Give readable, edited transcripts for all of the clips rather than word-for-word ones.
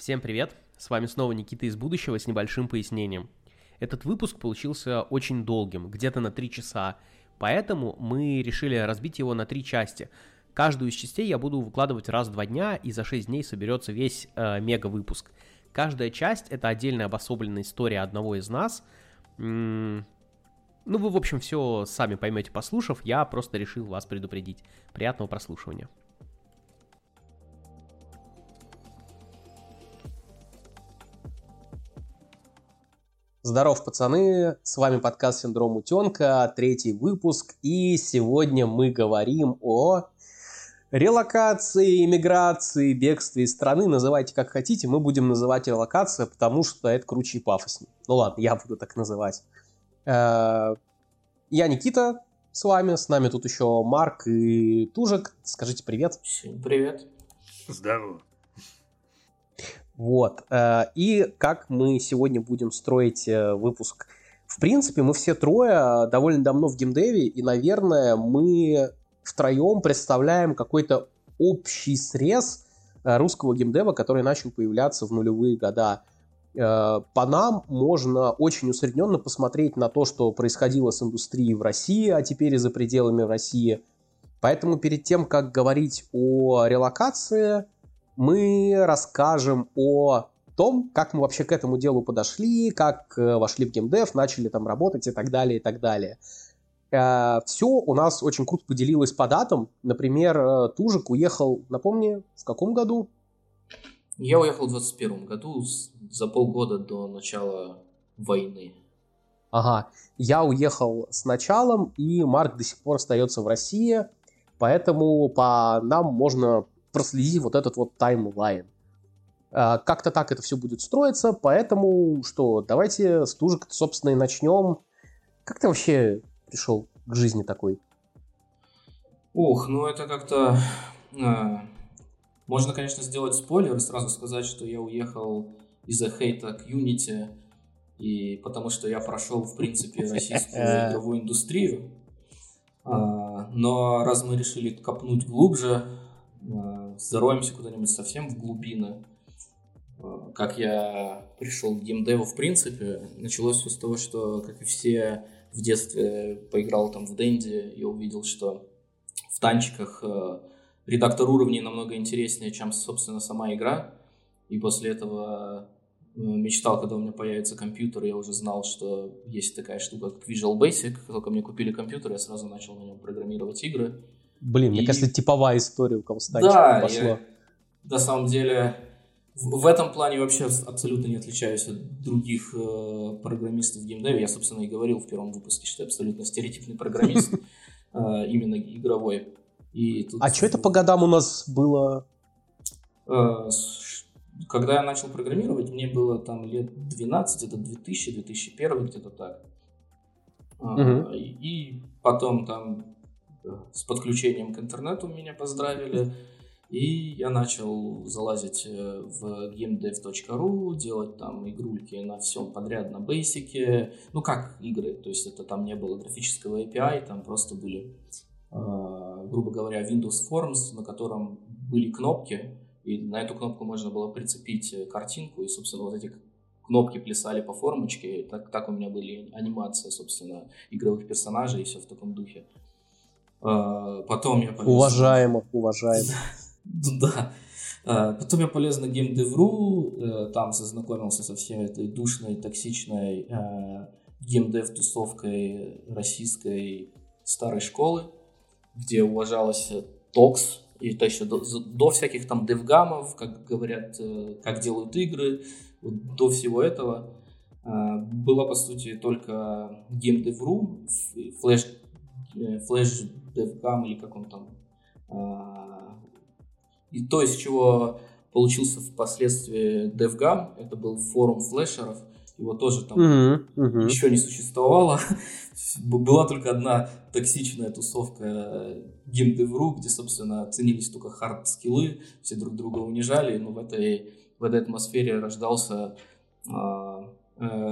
Всем привет! С вами снова Никита из будущего с небольшим пояснением. Этот выпуск получился очень долгим, где-то на 3 часа, поэтому мы решили разбить его на 3 части. Каждую из частей я буду выкладывать раз в 2 дня, и за 6 дней соберется весь мега-выпуск. Каждая часть — это отдельная обособленная история одного из нас. Вы, в общем, все сами поймете, послушав, я просто решил вас предупредить. Приятного прослушивания. Здоров, пацаны, с вами подкаст «Синдром утенка», 3-й выпуск, и сегодня мы говорим о релокации, иммиграции, бегстве из страны, называйте как хотите, мы будем называть релокация, потому что это круче и пафоснее. Ну ладно, я буду так называть. Я Никита с вами, с нами тут еще Марк и Тужик, скажите привет. Всем привет. Здорово. Вот, и как мы сегодня будем строить выпуск. В принципе, мы все трое довольно давно в геймдеве, и, наверное, мы втроем представляем какой-то общий срез русского геймдева, который начал появляться в нулевые года. По нам можно очень усредненно посмотреть на то, что происходило с индустрией в России, а теперь и за пределами России. Поэтому перед тем, как говорить о релокации, мы расскажем о том, как мы вообще к этому делу подошли, как вошли в геймдев, начали там работать и так далее, и так далее. Все у нас очень круто поделилось по датам. Например, Тужик уехал, напомни, в каком году? Я уехал в 21 году, за полгода до начала войны. Ага, я уехал с началом, и Марк до сих пор остается в России, поэтому по нам можно проследить вот этот вот таймлайн. Как-то так это все будет строиться, поэтому что, давайте с Тужика, собственно, и начнем. Как ты вообще пришел к жизни такой? Это как-то... Можно, конечно, сделать спойлер и сразу сказать, что я уехал из-за хейта к Unity, и потому что я прошел, в принципе, российскую игровую индустрию. Но раз мы решили копнуть глубже, зароемся куда-нибудь совсем в глубины. Как я пришел к геймдеву, в принципе, началось все с того, что, как и все, в детстве поиграл там в Денди и увидел, что в танчиках редактор уровней намного интереснее, чем, собственно, сама игра. И после этого мечтал, когда у меня появится компьютер, я уже знал, что есть такая штука, как Visual Basic. Как только мне купили компьютер, я сразу начал на нем программировать игры. Мне кажется, типовая история у кого с танчиком пошла. На самом деле, в этом плане вообще абсолютно не отличаюсь от других программистов в геймдеве. Я, собственно, и говорил в первом выпуске, что я абсолютно стереотипный программист, именно игровой. Что это по годам у нас было? Когда я начал программировать, мне было там лет 12, это 2000-2001, где-то так. И потом там с подключением к интернету меня поздравили, и я начал залазить в gamedev.ru, делать там игрульки на всем подряд, на бейсике. Как игры, то есть это там не было графического API, там просто были, грубо говоря, Windows Forms, на котором были кнопки, и на эту кнопку можно было прицепить картинку, и, собственно, вот эти кнопки плясали по формочке, так у меня были анимации, собственно, игровых персонажей и все в таком духе. Потом я полез... Уважаемо. Да. Потом я полез на GameDev.ru, там зазнакомился со всей этой душной, токсичной геймдев-тусовкой российской старой школы, где уважалась токс, и это еще до всяких там девгамов, как говорят, как делают игры, до всего этого была, по сути, только GameDev.ru, Flash DevGam или как он там. И то, из чего получился впоследствии DevGam, это был форум флешеров, его тоже там еще не существовало. Была только одна токсичная тусовка GameDev.ru, где, собственно, ценились только хард-скиллы, все друг друга унижали, но в этой атмосфере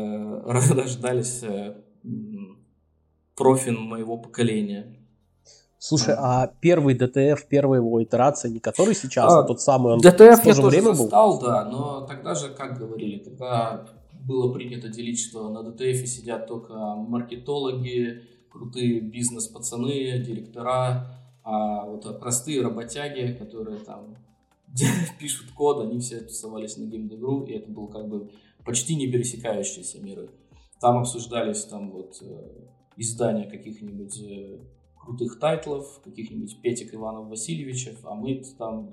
рождались профи моего поколения. Слушай, а первый DTF, первая его итерация, не который сейчас, а тот самый, он DTF в то же время был? застал, да, но тогда же, как говорили, тогда было принято делить, что на DTF сидят только маркетологи, крутые бизнес-пацаны, директора, а вот простые работяги, которые там пишут код, они все тусовались на GameDev.ru, и это был как бы почти не пересекающиеся миры. Там обсуждались там вот издания каких-нибудь крутых тайтлов, каких-нибудь Петик Иванов Васильевичев, а мы там,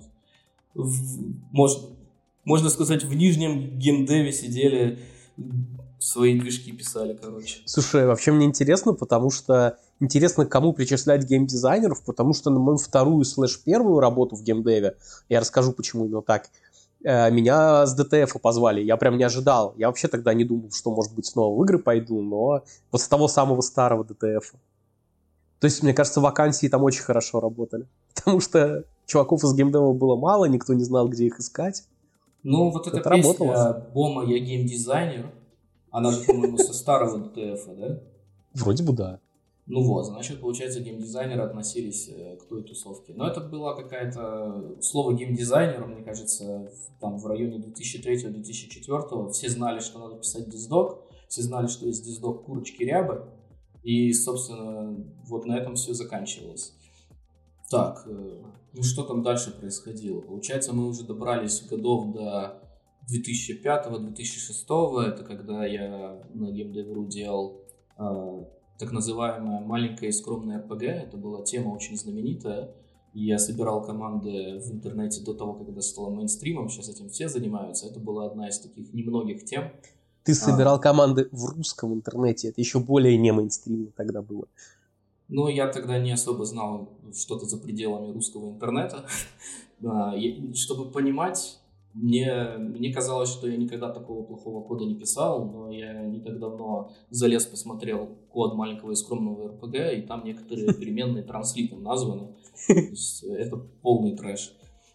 можно сказать, в нижнем геймдеве сидели, свои движки писали, короче. Слушай, вообще мне интересно, потому что интересно, кому причислять геймдизайнеров, потому что на мою вторую /первую работу в геймдеве, я расскажу, почему именно так, меня с DTF позвали, я прям не ожидал. Я вообще тогда не думал, что, может быть, снова в игры пойду, но вот с того самого старого DTF. То есть, мне кажется, вакансии там очень хорошо работали. Потому что чуваков из геймдева было мало, никто не знал, где их искать. Ну, вот эта песня «Бома, я геймдизайнер», она же, по-моему, со старого DTF, да? Вроде бы да. Ну вот, значит, получается, геймдизайнеры относились к той тусовке. Но это была какая-то... Слово геймдизайнер, мне кажется, там в районе 2003-2004 все знали, что надо писать диздок, все знали, что есть диздок курочки-рябы, и, собственно, вот на этом все заканчивалось. Так, ну что там дальше происходило? Получается, мы уже добрались годов до 2005-2006, это когда я на GameDev.ru делал так называемая маленькая и скромная РПГ. Это была тема очень знаменитая. Я собирал команды в интернете до того, когда стало мейнстримом. Сейчас этим все занимаются. Это была одна из таких немногих тем. Ты собирал команды в русском интернете. Это еще более не мейнстримно тогда было. Ну, я тогда не особо знал что-то за пределами русского интернета. Чтобы понимать, мне казалось, что я никогда такого плохого кода не писал, но я не так давно залез, посмотрел код маленького и скромного РПГ, и там некоторые переменные транслитом названы. То есть это полный трэш.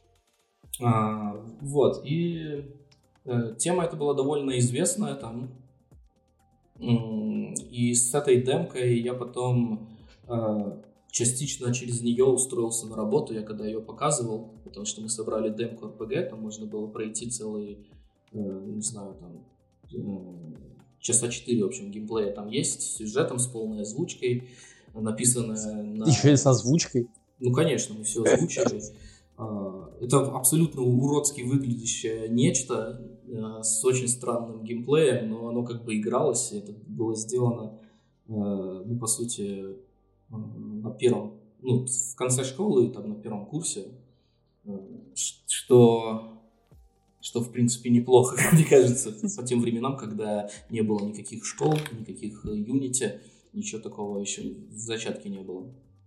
Вот, и тема эта была довольно известная там. И с этой демкой я потом частично через нее устроился на работу. Я когда ее показывал, потому что мы собрали демку РПГ, там можно было пройти целый, не знаю, там часа 4, в общем, геймплея там есть, с сюжетом, с полной озвучкой, написанное на... Еще и с озвучкой? Ну, конечно, мы все озвучили. Это абсолютно уродски выглядящее нечто с очень странным геймплеем, но оно как бы игралось, и это было сделано, ну, по сути, на первом, ну, в конце школы, там, на первом курсе, что в принципе неплохо, мне кажется, по тем временам, когда не было никаких школ, никаких Unity, ничего такого еще в зачатке не было.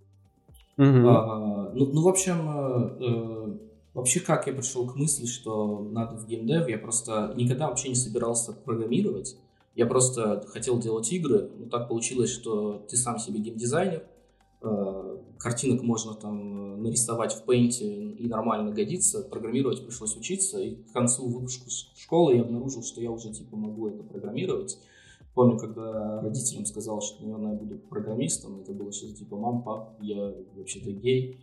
Ну, в общем, вообще как я пришел к мысли, что надо в геймдев, я просто никогда вообще не собирался программировать, я просто хотел делать игры, но так получилось, что ты сам себе геймдизайнер, картинок можно там нарисовать в Paint и нормально годится, программировать пришлось учиться, и к концу выпуска школы я обнаружил, что я уже типа могу это программировать. Помню, когда родителям сказал, что, наверное, я буду программистом, это было что-то типа: мам, пап, я вообще-то гей.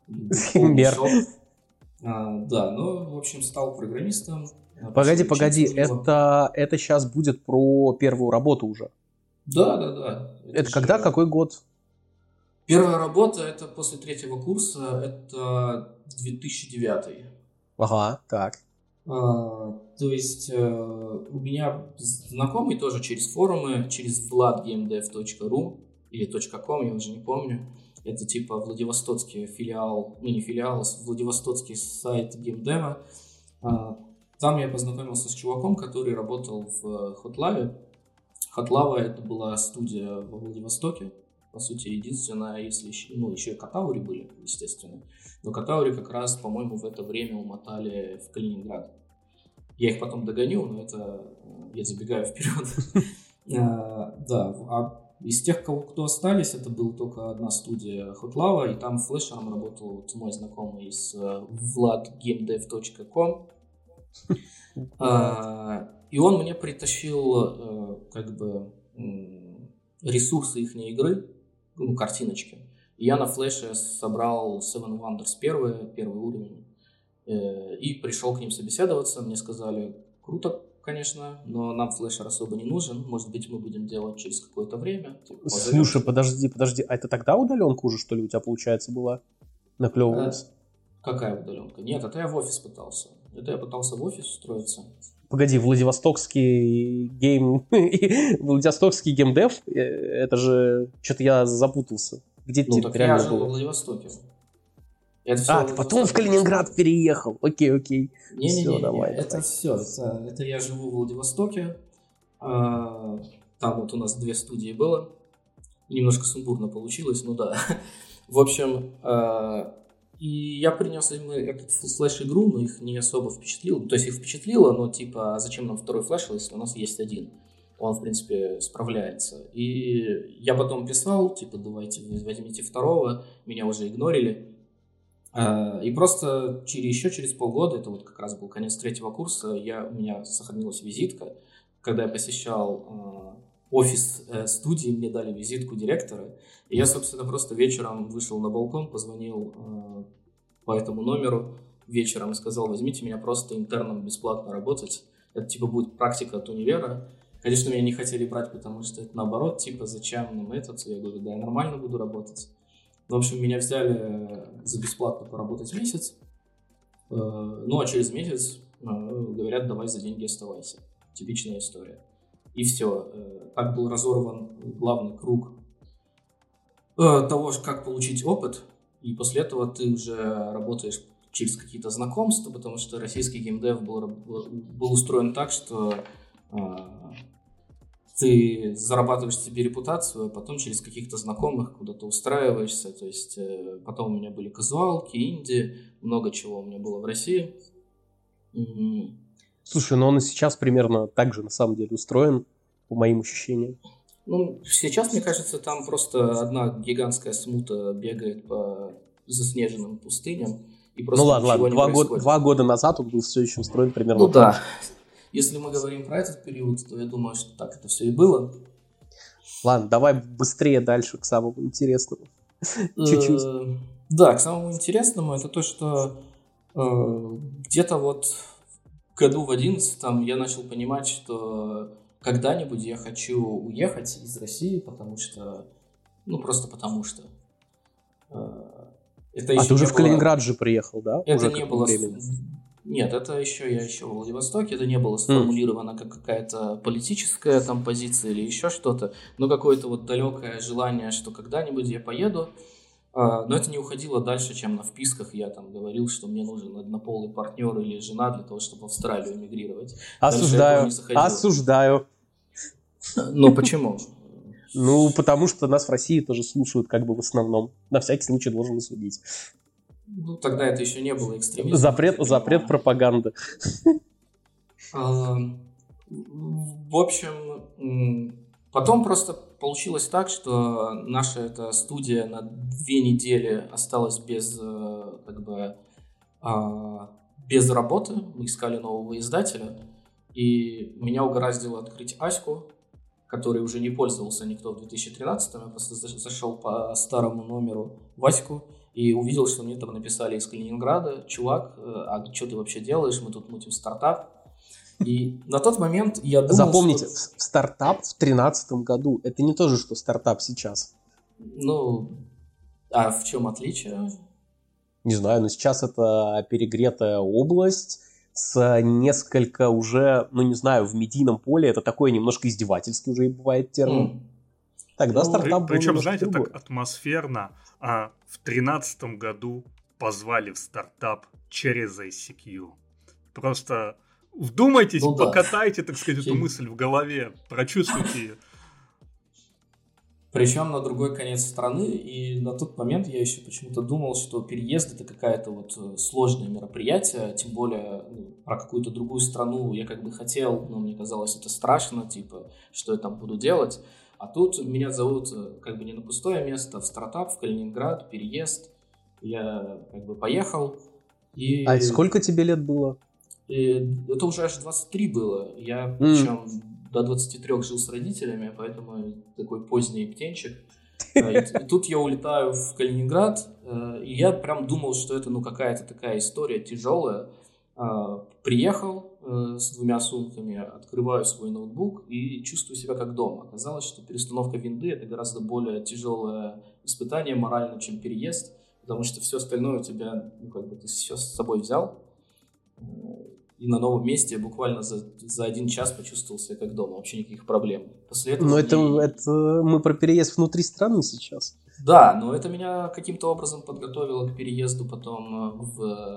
Да, ну, в общем, стал программистом. Погоди, это сейчас будет про первую работу уже? Да. Это когда, какой год? Первая работа, это после 3-го курса, это 2009. Ага, так. То есть у меня знакомый тоже через форумы, через vladgamedev.ru или .com, я уже не помню. Это типа Владивостокский филиал, ну не филиал, а Владивостокский сайт геймдева. Там я познакомился с чуваком, который работал в Hotlave. Hotlava — это была студия во Владивостоке. По сути, единственное, если еще и Катаури были, естественно. Но Катаури как раз, по-моему, в это время умотали в Калининград. Я их потом догоню, но это я забегаю вперед. Да, а из тех, кто остались, это была только одна студия Hotlava, и там флешером работал вот мой знакомый из vladgamedev.com. И он мне притащил как бы ресурсы их игры, ну, картиночки. И я на флеше собрал Seven Wonders первый уровень, и пришел к ним собеседоваться. Мне сказали, круто, конечно, но нам флешер особо не нужен. Может быть, мы будем делать через какое-то время. Слушай, подожди. А это тогда удаленка уже, что ли, у тебя, получается, была? Наклевывалась? Какая удаленка? Нет, это я в офис пытался. Это я пытался в офис устроиться. Погоди, Владивостокский геймдев, это же... Что-то я запутался. Где Ну, ты так реально я жил было? во Владивостоке. Ты потом в Калининград переехал. Окей. Не-не-не, давай. это все. Это я живу в Владивостоке. Там вот у нас 2 студии было. Немножко сумбурно получилось, ну да. В общем, и я принес им эту флеш-игру, но их не особо впечатлило. То есть их впечатлило, но типа, а зачем нам второй флеш, если у нас есть один? Он, в принципе, справляется. И я потом писал, типа, давайте возьмите второго. Меня уже игнорили. И просто еще через полгода, это вот как раз был конец 3-го курса, у меня сохранилась визитка. Когда я посещал офис студии, мне дали визитку директора. И я, собственно, просто вечером вышел на балкон, позвонил по этому номеру вечером и сказал, возьмите меня просто интерном бесплатно работать. Это типа будет практика от универа. Конечно, меня не хотели брать, потому что это наоборот, типа, зачем нам этот? Я говорю, да, я нормально буду работать. В общем, меня взяли за бесплатно поработать месяц. Ну, а через месяц говорят, давай за деньги оставайся. Типичная история. И все. Так был разорван главный круг того, как получить опыт. И после этого ты уже работаешь через какие-то знакомства, потому что российский геймдев был устроен так, что ты зарабатываешь себе репутацию, а потом через каких-то знакомых куда-то устраиваешься. То есть потом у меня были казуалки, инди, много чего у меня было в России. Слушай, но он и сейчас примерно так же на самом деле устроен, по моим ощущениям. Ну, сейчас, мне кажется, там просто одна гигантская смута бегает по заснеженным пустыням. И просто ладно, не происходит. 2 года назад он был все еще устроен примерно Ну да. Если мы говорим про этот период, то я думаю, что так это все и было. Ладно, давай быстрее дальше к самому интересному. Чуть-чуть. Да, к самому интересному это то, что где-то вот в году в 11-м я начал понимать, что когда-нибудь я хочу уехать из России, потому что... Ну, просто потому что. Ты уже в Калининград же приехал, да? Это уже не было... времени. Нет, я еще в Владивостоке, это не было сформулировано как какая-то политическая там позиция или еще что-то, но какое-то вот далекое желание, что когда-нибудь я поеду, но это не уходило дальше, чем на вписках я там говорил, что мне нужен однополый партнер или жена для того, чтобы в Австралию эмигрировать. Осуждаю. Ну, почему? Ну, потому что нас в России тоже слушают как бы в основном. На всякий случай должен судить. Ну, тогда это еще не было экстремизмом. Запрет пропаганды. В общем, потом просто получилось так, что наша эта студия на 2 недели осталась без работы. Мы искали нового издателя. И меня угораздило открыть Аську, который уже не пользовался никто в 2013-м. Я просто зашел по старому номеру в Аську и увидел, что мне там написали из Калининграда: чувак, а что ты вообще делаешь? Мы тут мутим стартап. И на тот момент я думал, запомните, стартап в 2013 году. Это не то же, что стартап сейчас. Ну, а в чем отличие? Не знаю, но сейчас это перегретая область с несколько уже, ну не знаю, в медийном поле это такое немножко издевательский уже и бывает термин. Тогда стартап был причем, знаете, другой. Так атмосферно. А в 2013 году позвали в стартап через ICQ. Просто вдумайтесь, покатайте, так сказать, эту мысль в голове, прочувствуйте ее. Причем на другой конец страны, и на тот момент я еще почему-то думал, что переезд это какая-то вот сложное мероприятие, тем более про какую-то другую страну я как бы хотел, но мне казалось это страшно, типа, что я там буду делать. А тут меня зовут как бы не на пустое место, в стартап, в Калининград, переезд. Я как бы поехал. И... А сколько тебе лет было? Это уже аж 23 было. Я причем до 23 жил с родителями, поэтому такой поздний птенчик. И тут я улетаю в Калининград, и я прям думал, что это какая-то такая история тяжелая. Приехал с 2 сумками, открываю свой ноутбук и чувствую себя как дома. Оказалось, что перестановка винды — это гораздо более тяжелое испытание морально, чем переезд, потому что все остальное у тебя, ты все с собой взял. И на новом месте я буквально за 1 час почувствовал себя как дома, вообще никаких проблем. После этого но это мы про переезд внутри страны сейчас. Да, но это меня каким-то образом подготовило к переезду потом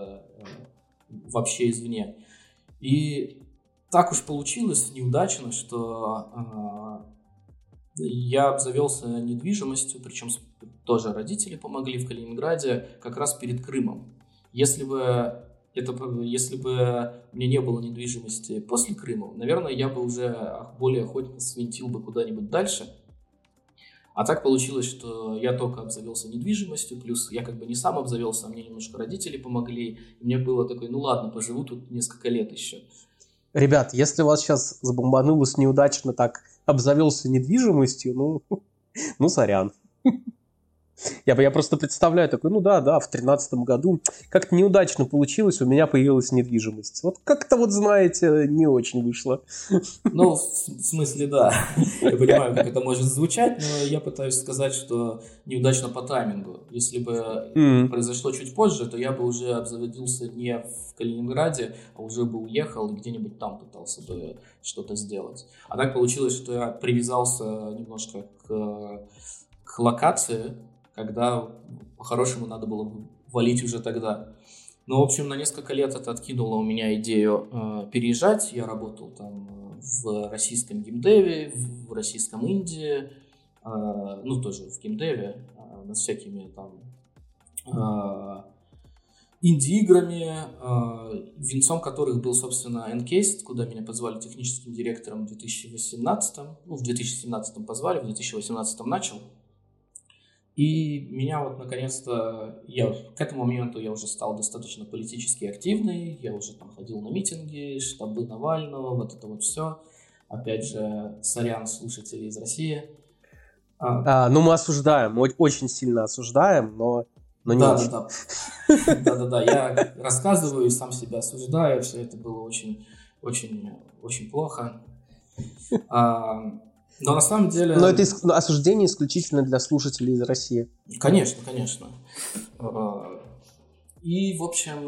вообще извне. И так уж получилось неудачно, что я обзавелся недвижимостью, причем тоже родители помогли в Калининграде как раз перед Крымом. Если бы мне не было недвижимости после Крыма, наверное, я бы уже более охотно свинтил бы куда-нибудь дальше. А так получилось, что я только обзавелся недвижимостью, плюс я не сам обзавелся, а мне немножко родители помогли. И мне было такое, ладно, поживу тут несколько лет еще. Ребят, если вас сейчас забомбанулось неудачно так обзавелся недвижимостью, сорян. Я просто представляю такой, в 13-м году как-то неудачно получилось, у меня появилась недвижимость. Вот как-то, знаете, не очень вышло. В смысле, да. Я понимаю, как это может звучать, но я пытаюсь сказать, что неудачно по таймингу. Если бы произошло чуть позже, то я бы уже обзаводился не в Калининграде, а уже бы уехал и где-нибудь там пытался бы что-то сделать. А так получилось, что я привязался немножко к локации, когда по-хорошему надо было валить уже тогда. В общем, на несколько лет это откинуло у меня идею переезжать. Я работал там в российском геймдеве, в российском инди, тоже в геймдеве, над всякими там инди-играми, венцом которых был, собственно, Encased, куда меня позвали техническим директором в 2018-м. В 2017-м позвали, в 2018-м начал. И меня наконец-то, к этому моменту я уже стал достаточно политически активный, я уже там ходил на митинги, штабы Навального, это все. Опять же, сорян, слушатели из России. Мы осуждаем, мы очень сильно осуждаем, но не очень. Да, я рассказываю и сам себя осуждаю, все это было очень, очень, очень плохо. Но на самом деле... Но это осуждение исключительно для слушателей из России. Конечно. И, в общем,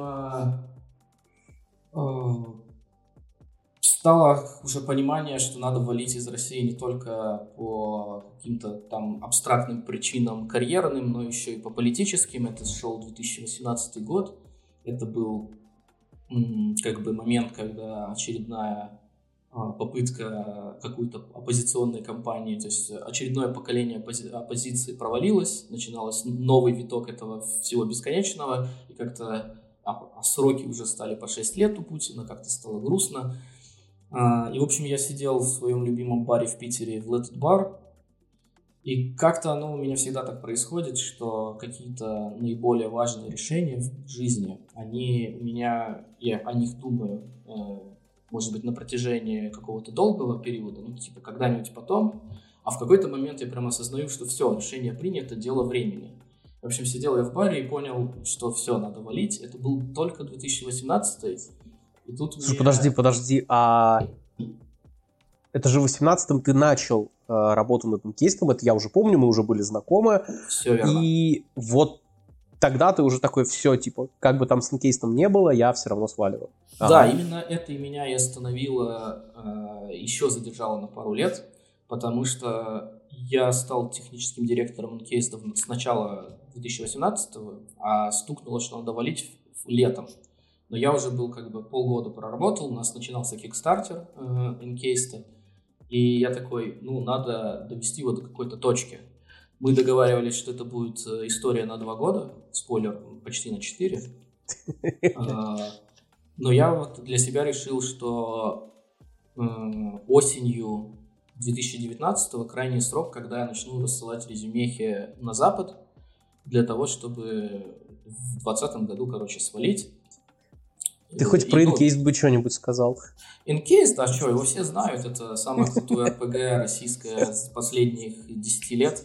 стало уже понимание, что надо валить из России не только по каким-то там абстрактным причинам карьерным, но еще и по политическим. Это шел 2018 год. Это был момент, когда очередная попытка какой-то оппозиционной кампании, то есть очередное поколение оппозиции провалилось, начиналось новый виток этого всего бесконечного, и как-то сроки уже стали по 6 лет у Путина, как-то стало грустно. И, в общем, я сидел в своем любимом баре в Питере, в Let It Bar, и как-то у меня всегда так происходит, что какие-то наиболее важные решения в жизни, я о них думаю, может быть, на протяжении какого-то долгого периода, когда-нибудь потом, а в какой-то момент я прям осознаю, что все, решение принято, дело времени. В общем, сидел я в баре и понял, что все, надо валить. Это был только 2018, и тут Слушай, подожди, а это же в 18-м ты начал работу над Encased, это я уже помню, мы уже были знакомы. Все верно. И вот тогда ты уже такой, все, как бы там с Encased не было, я все равно сваливаю. Да, именно это и меня и остановило, еще задержало на пару лет, потому что я стал техническим директором Encased с начала 2018-го, а стукнуло, что надо валить летом. Но я уже был полгода проработал, у нас начинался Kickstarter Encased, и я такой, надо довести его до какой-то точки. Мы договаривались, что это будет история на 2 года, спойлер, почти на 4. Но я для себя решил, что осенью 2019-го крайний срок, когда я начну рассылать резюмехи на Запад, для того, чтобы в 2020 году, свалить. Ты хоть про Encased бы что-нибудь сказал? Encased, а его все знают, это самое крутое RPG российское с последних 10 лет.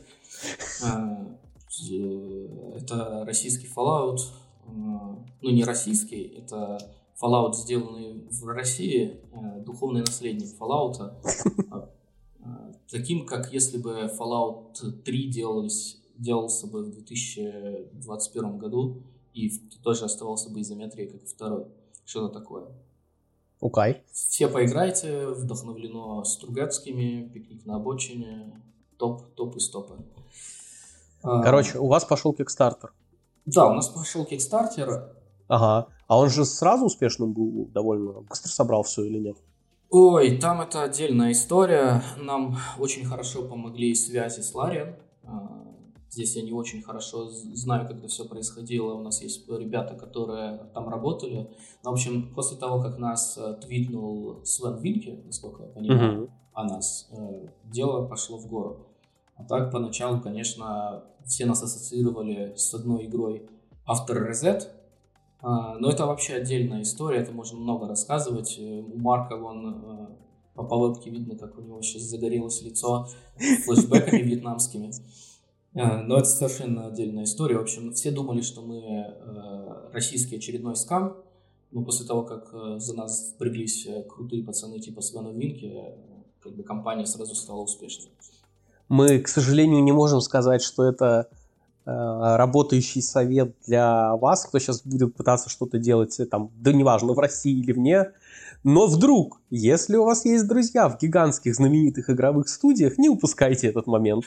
Это российский Fallout. Ну, не российский, это Fallout, сделанный в России, духовный наследник Fallout. Таким, как если бы Fallout 3 делался бы в 2021 году и тоже оставался бы изометрией, как и второй. Что-то такое. Окей. Все поиграйте, вдохновлено Стругацкими, «Пикник на обочине», топ из топа. Короче, у вас пошел Kickstarter. Да, у нас пошел Kickstarter. Ага. А он же сразу успешным был, довольно быстро собрал все или нет? Ой, там это отдельная история. Нам очень хорошо помогли связи с Larian. Здесь я не очень хорошо знаю, как это все происходило. У нас есть ребята, которые там работали. Но, в общем, после того, как нас твитнул Свен Винке, насколько я понимаю, о нас, дело пошло в гору. А так, поначалу, конечно, все нас ассоциировали с одной игрой After Reset. Но это вообще отдельная история, это можно много рассказывать. У Марка вон по вебке видно, как у него сейчас загорелось лицо флешбэками вьетнамскими. Но это совершенно отдельная история. В общем, все думали, что мы российский очередной скам. Но после того, как за нас впряглись крутые пацаны типа Свена Винки, как бы компания сразу стала успешной. Мы, к сожалению, не можем сказать, что это работающий совет для вас, кто сейчас будет пытаться что-то делать, там, да неважно, в России или вне. Но вдруг, если у вас есть друзья в гигантских знаменитых игровых студиях, не упускайте этот момент.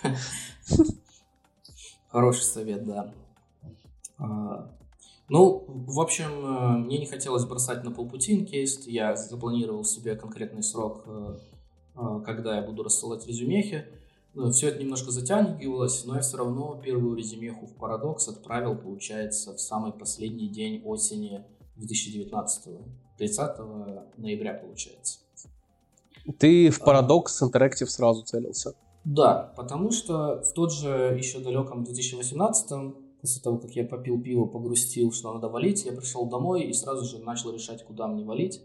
Хороший совет, да. Ну, в общем, мне не хотелось бросать на полпути инкейс. Я запланировал себе конкретный срок, когда я буду рассылать резюмехи. Все это немножко затягивалось, но я все равно первую резюмеху в Paradox отправил, получается, в самый последний день осени 2019-го. 30 ноября, получается. Ты в Paradox Interactive сразу целился? Да, потому что в тот же еще далеком 2018-м, после того, как я попил пиво, погрустил, что надо валить, я пришел домой и сразу же начал решать, куда мне валить.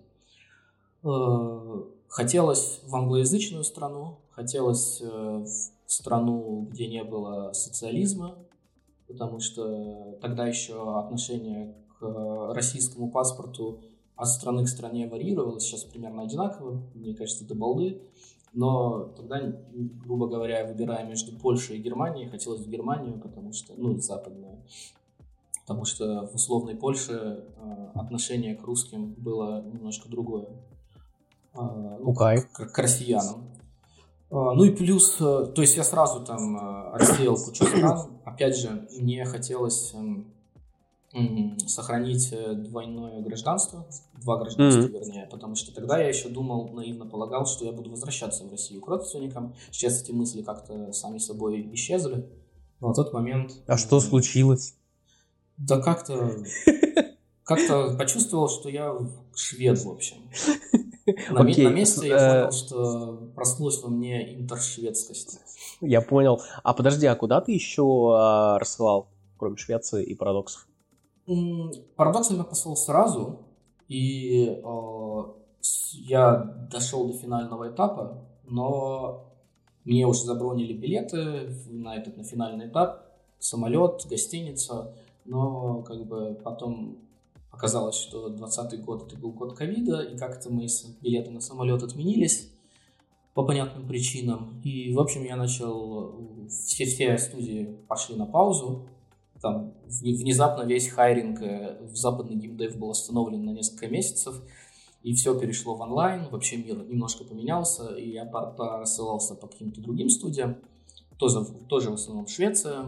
Хотелось в англоязычную страну, хотелось в страну, где не было социализма, потому что тогда еще отношение к российскому паспорту от страны к стране варьировалось, сейчас примерно одинаково, мне кажется, до балды. Но тогда, грубо говоря, выбирая между Польшей и Германией, хотелось в Германию, потому что, ну, западную, потому что в условной Польше отношение к русским было немножко другое, к россиянам. Ну и плюс, то есть я сразу там отсеял кучу стран. Опять же, мне хотелось сохранить двойное гражданство, два гражданства, вернее, потому что тогда я еще думал, наивно полагал, что я буду возвращаться в Россию к родственникам. Сейчас эти мысли как-то сами собой исчезли. Но в тот момент... А что случилось? Да как-то почувствовал, что я швед, в общем. На месте я понял, что проснулась во мне интершведскость. Я понял. А подожди, а куда ты еще рассылал, кроме Швеции и Парадоксов? Парадокс я послал сразу, и я дошел до финального этапа, но мне уже забронили билеты на финальный этап, самолет, гостиница, но как бы потом оказалось, что 2020 год это был год ковида, и как-то мои билеты на самолет отменились по понятным причинам, и в общем я начал, все студии пошли на паузу. Там внезапно весь хайринг в западный геймдев был остановлен на несколько месяцев, и все перешло в онлайн, вообще мир немножко поменялся, и я рассылался по каким-то другим студиям, тоже в основном Швеция,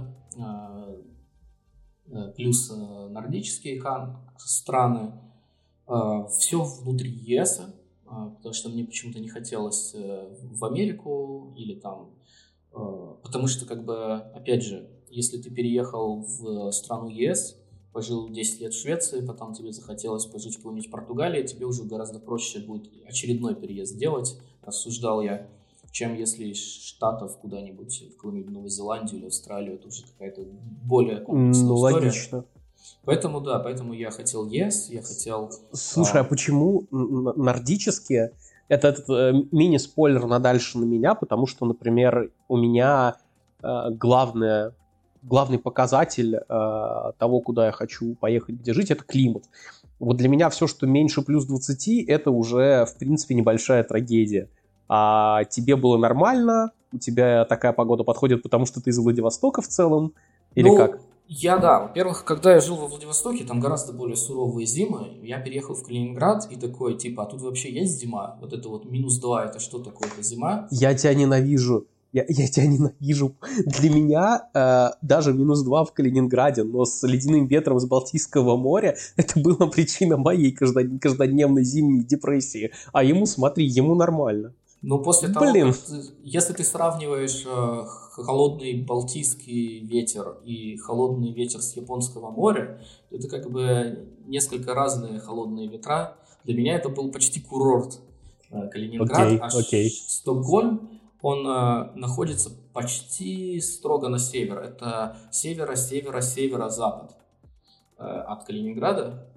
плюс нордические страны, все внутри ЕС, потому что мне почему-то не хотелось в Америку или там, потому что, как бы, опять же, если ты переехал в страну ЕС, пожил 10 лет в Швеции, потом тебе захотелось пожить в какой-нибудь Португалии, тебе уже гораздо проще будет очередной переезд делать, рассуждал я, чем если из Штатов куда-нибудь, в какую-нибудь Новую Зеландию или Австралию, это уже какая-то более комплексная история. Логично. Поэтому я хотел ЕС, я хотел... Слушай, а почему нордические? Это этот мини-спойлер на дальше на меня, потому что, например, у меня главный показатель того, куда я хочу поехать, где жить, это климат. Вот для меня все, что меньше плюс 20, это уже, в принципе, небольшая трагедия. А тебе было нормально? У тебя такая погода подходит, потому что ты из Владивостока в целом? Или как? Во-первых, когда я жил во Владивостоке, там гораздо более суровые зимы. Я переехал в Калининград и такой, типа, а тут вообще есть зима? Вот это вот -2, это что такое, это зима? Я тебя ненавижу. Я тебя ненавижу. Для меня даже -2 в Калининграде, но с ледяным ветром с Балтийского моря, это была причина моей каждодневной зимней депрессии. А ему, смотри, ему нормально. Но после того, если ты сравниваешь холодный балтийский ветер и холодный ветер с Японского моря, то это как бы несколько разные холодные ветра. Для меня это был почти курорт Калининград, Стокгольм, он находится почти строго на север. Это северо-запад от Калининграда.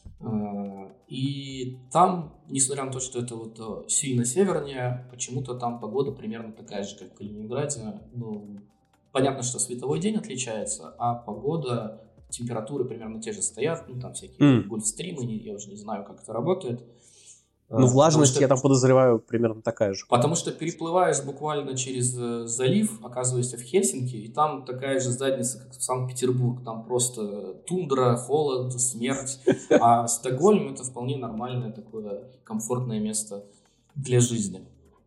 И там, несмотря на то, что это вот сильно севернее, почему-то там погода примерно такая же, как в Калининграде. Ну, понятно, что световой день отличается, а погода, температуры примерно те же стоят. Ну, там всякие гольфстримы, я уже не знаю, как это работает. Ну, влажность, я там подозреваю, примерно такая же. Потому что переплываешь буквально через залив, оказываешься в Хельсинки, и там такая же задница, как в Санкт-Петербург. Там просто тундра, холод, смерть. А Стокгольм — это вполне нормальное такое комфортное место для жизни.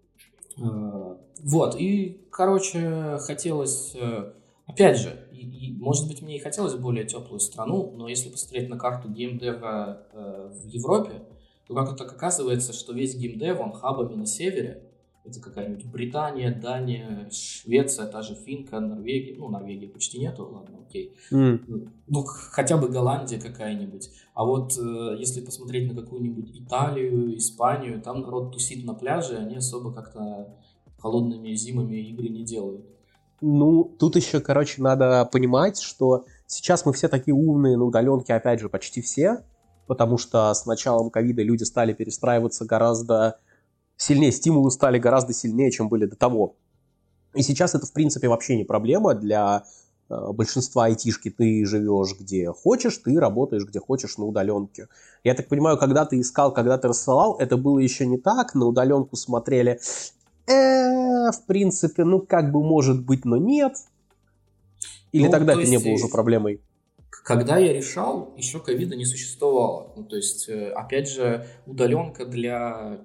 Вот, и, короче, хотелось... Опять же, может быть, мне и хотелось более теплую страну, но если посмотреть на карту геймдева в Европе, то как-то так оказывается, что весь геймдев, он хабами на севере. Это какая-нибудь Британия, Дания, Швеция, та же Финка, Норвегия. Ну, Норвегии почти нету, ладно, окей. Ну, хотя бы Голландия какая-нибудь. А вот если посмотреть на какую-нибудь Италию, Испанию, там народ тусит на пляже, они особо как-то холодными зимами игры не делают. Ну, тут еще, короче, надо понимать, что сейчас мы все такие умные на удаленке, опять же, почти все. Потому что с началом ковида люди стали перестраиваться гораздо сильнее, стимулы стали гораздо сильнее, чем были до того. И сейчас это, в принципе, вообще не проблема для большинства айтишки. Ты живешь где хочешь, ты работаешь где хочешь на удаленке. Я так понимаю, когда ты искал, когда ты рассылал, это было еще не так. На удаленку смотрели, в принципе, ну как бы может быть, но нет. Или ну, тогда это не было уже проблемой? Когда я решал, еще ковида не существовало. Ну, то есть, опять же, удаленка для...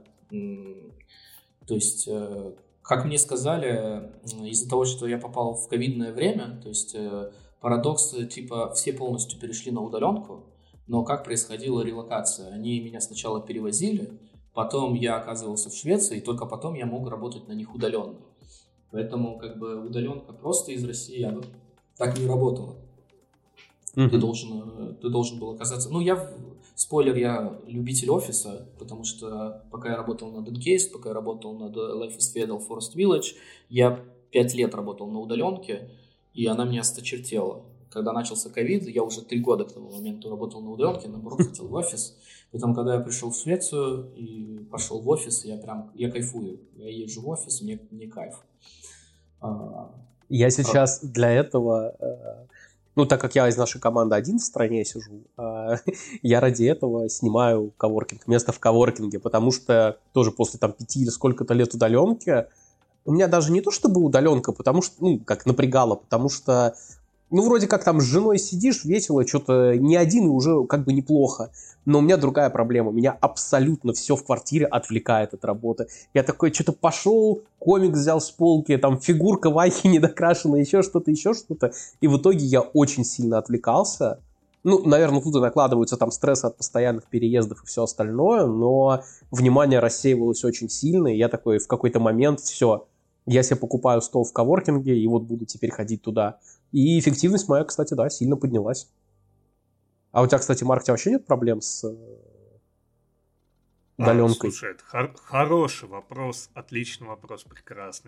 То есть, как мне сказали, из-за того, что я попал в ковидное время, то есть, парадокс, типа, все полностью перешли на удаленку, но как происходила релокация? Они меня сначала перевозили, потом я оказывался в Швеции, и только потом я мог работать на них удаленно. Поэтому, как бы, удаленка просто из России, она так не работала. Ты должен был оказаться... Ну, спойлер, я любитель офиса, потому что пока я работал над Encased, пока я работал над Life is Feudal Forest Village, я 5 лет работал на удаленке, и она меня осточертела. Когда начался ковид, я уже 3 года к тому моменту работал на удаленке, наоборот, хотел в офис. Поэтому, когда я пришел в Швецию и пошел в офис, я кайфую. Я езжу в офис, мне кайф. Я сейчас для этого... Ну, так как я из нашей команды один в стране сижу, я ради этого снимаю коворкинг, место в коворкинге, потому что тоже после там 5 или сколько-то лет удаленки, у меня даже не то чтобы удаленка, потому что, ну, как напрягало, потому что, ну, вроде как там с женой сидишь, весело, что-то не один и уже как бы неплохо, но у меня другая проблема, меня абсолютно все в квартире отвлекает от работы. Я такой, что-то пошел, комикс взял с полки, там фигурка вайхи недокрашена, еще что-то, и в итоге я очень сильно отвлекался. Ну, наверное, тут и накладываются там стрессы от постоянных переездов и все остальное, но внимание рассеивалось очень сильно, и я такой в какой-то момент, все, я себе покупаю стол в коворкинге, и вот буду теперь ходить туда. И эффективность моя, кстати, да, сильно поднялась. А у тебя, кстати, Марк, у тебя вообще нет проблем с удаленкой? Слушай, это хороший вопрос, отличный вопрос, прекрасный.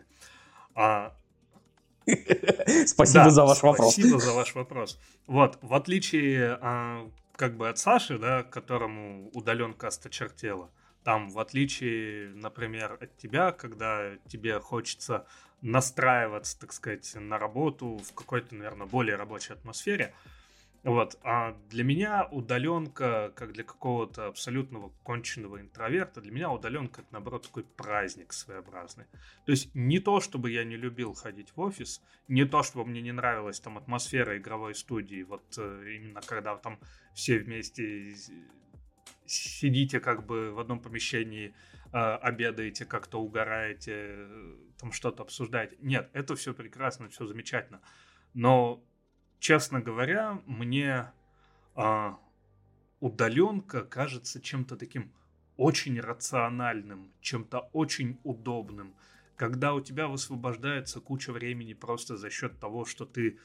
Спасибо за ваш вопрос. Спасибо за ваш вопрос. Вот, в отличие как бы от Саши, да, которому удаленка осточертела, Там, в отличие, например, от тебя, когда тебе хочется настраиваться, так сказать, на работу в какой-то, наверное, более рабочей атмосфере, вот. А для меня удаленка, как для какого-то абсолютного конченного интроверта, для меня удаленка — это, наоборот, такой праздник своеобразный. То есть не то, чтобы я не любил ходить в офис, не то, чтобы мне не нравилась там атмосфера игровой студии, вот именно когда там все вместе сидите как бы в одном помещении, обедаете, как-то угораете, там что-то обсуждаете. Нет, это все прекрасно, все замечательно. Но, честно говоря, мне удаленка кажется чем-то таким очень рациональным, чем-то очень удобным, когда у тебя высвобождается куча времени просто за счет того, что ты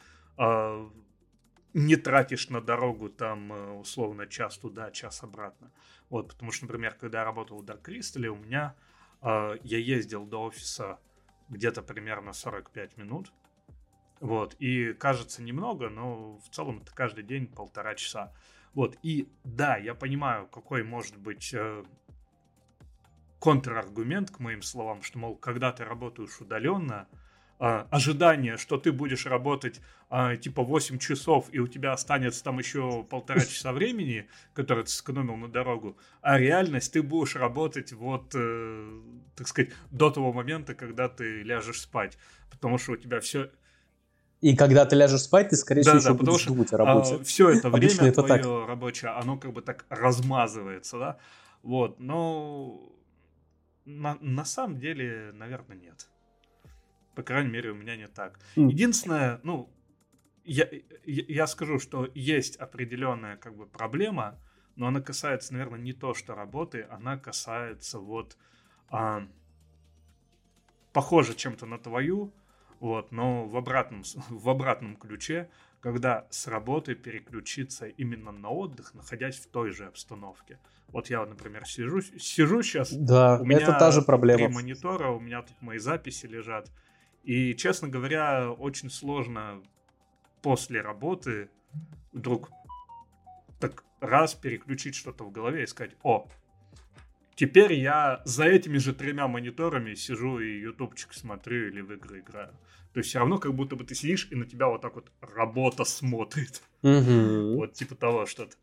не тратишь на дорогу там условно час туда, час обратно. Вот, потому что, например, когда я работал в Dark Crystal, у меня я ездил до офиса где-то примерно 45 минут. Вот, и кажется немного, но в целом это каждый день 1,5 часа. Вот, и да, я понимаю, какой может быть контраргумент к моим словам, что, мол, когда ты работаешь удаленно, ожидание, что ты будешь работать типа 8 часов, и у тебя останется там еще 1,5 часа времени, которое ты сэкономил на дорогу, а реальность ты будешь работать вот, так сказать, до того момента, когда ты ляжешь спать, потому что у тебя все... И когда ты ляжешь спать, ты, скорее всего, еще будешь думать о работе. Все это время это твое так. Рабочее, оно как бы так размазывается, да? Вот, но на самом деле, наверное, нет. По крайней мере, у меня не так. Единственное, ну, я скажу, что есть определенная как бы проблема, но она касается, наверное, не то, что работы, она касается вот похоже чем-то на твою, вот, но в обратном ключе, когда с работы переключиться именно на отдых, находясь в той же обстановке. Вот я, например, сижу сейчас, да, у меня это та же проблема. 3 монитора, у меня тут мои записи лежат. И, честно говоря, очень сложно после работы вдруг так раз переключить что-то в голове и сказать: о, теперь я за этими же 3 мониторами сижу и ютубчик смотрю или в игры играю. То есть все равно как будто бы ты сидишь, и на тебя вот так вот работа смотрит. Вот типа того что-то.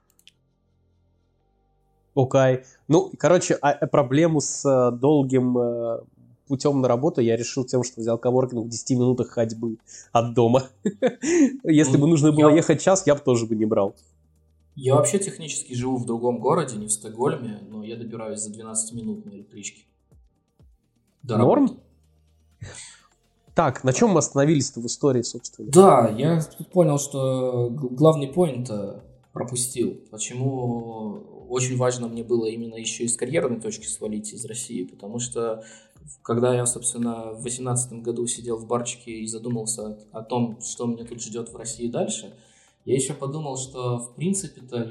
Окей. Ну, короче, проблему с долгим путем на работу я решил тем, что взял коворкинг в 10 минутах ходьбы от дома. Если бы нужно было ехать час, я бы тоже не брал. Я вообще технически живу в другом городе, не в Стокгольме, но я добираюсь за 12 минут на электричке. Норм? Так, на чем мы остановились-то в истории, собственно? Да, я тут понял, что главный поинт пропустил. Почему очень важно мне было именно еще и с карьерной точки свалить из России, потому что когда я, собственно, в 2018 году сидел в барчике и задумался о том, что меня тут ждет в России дальше, я еще подумал, что, в принципе-то,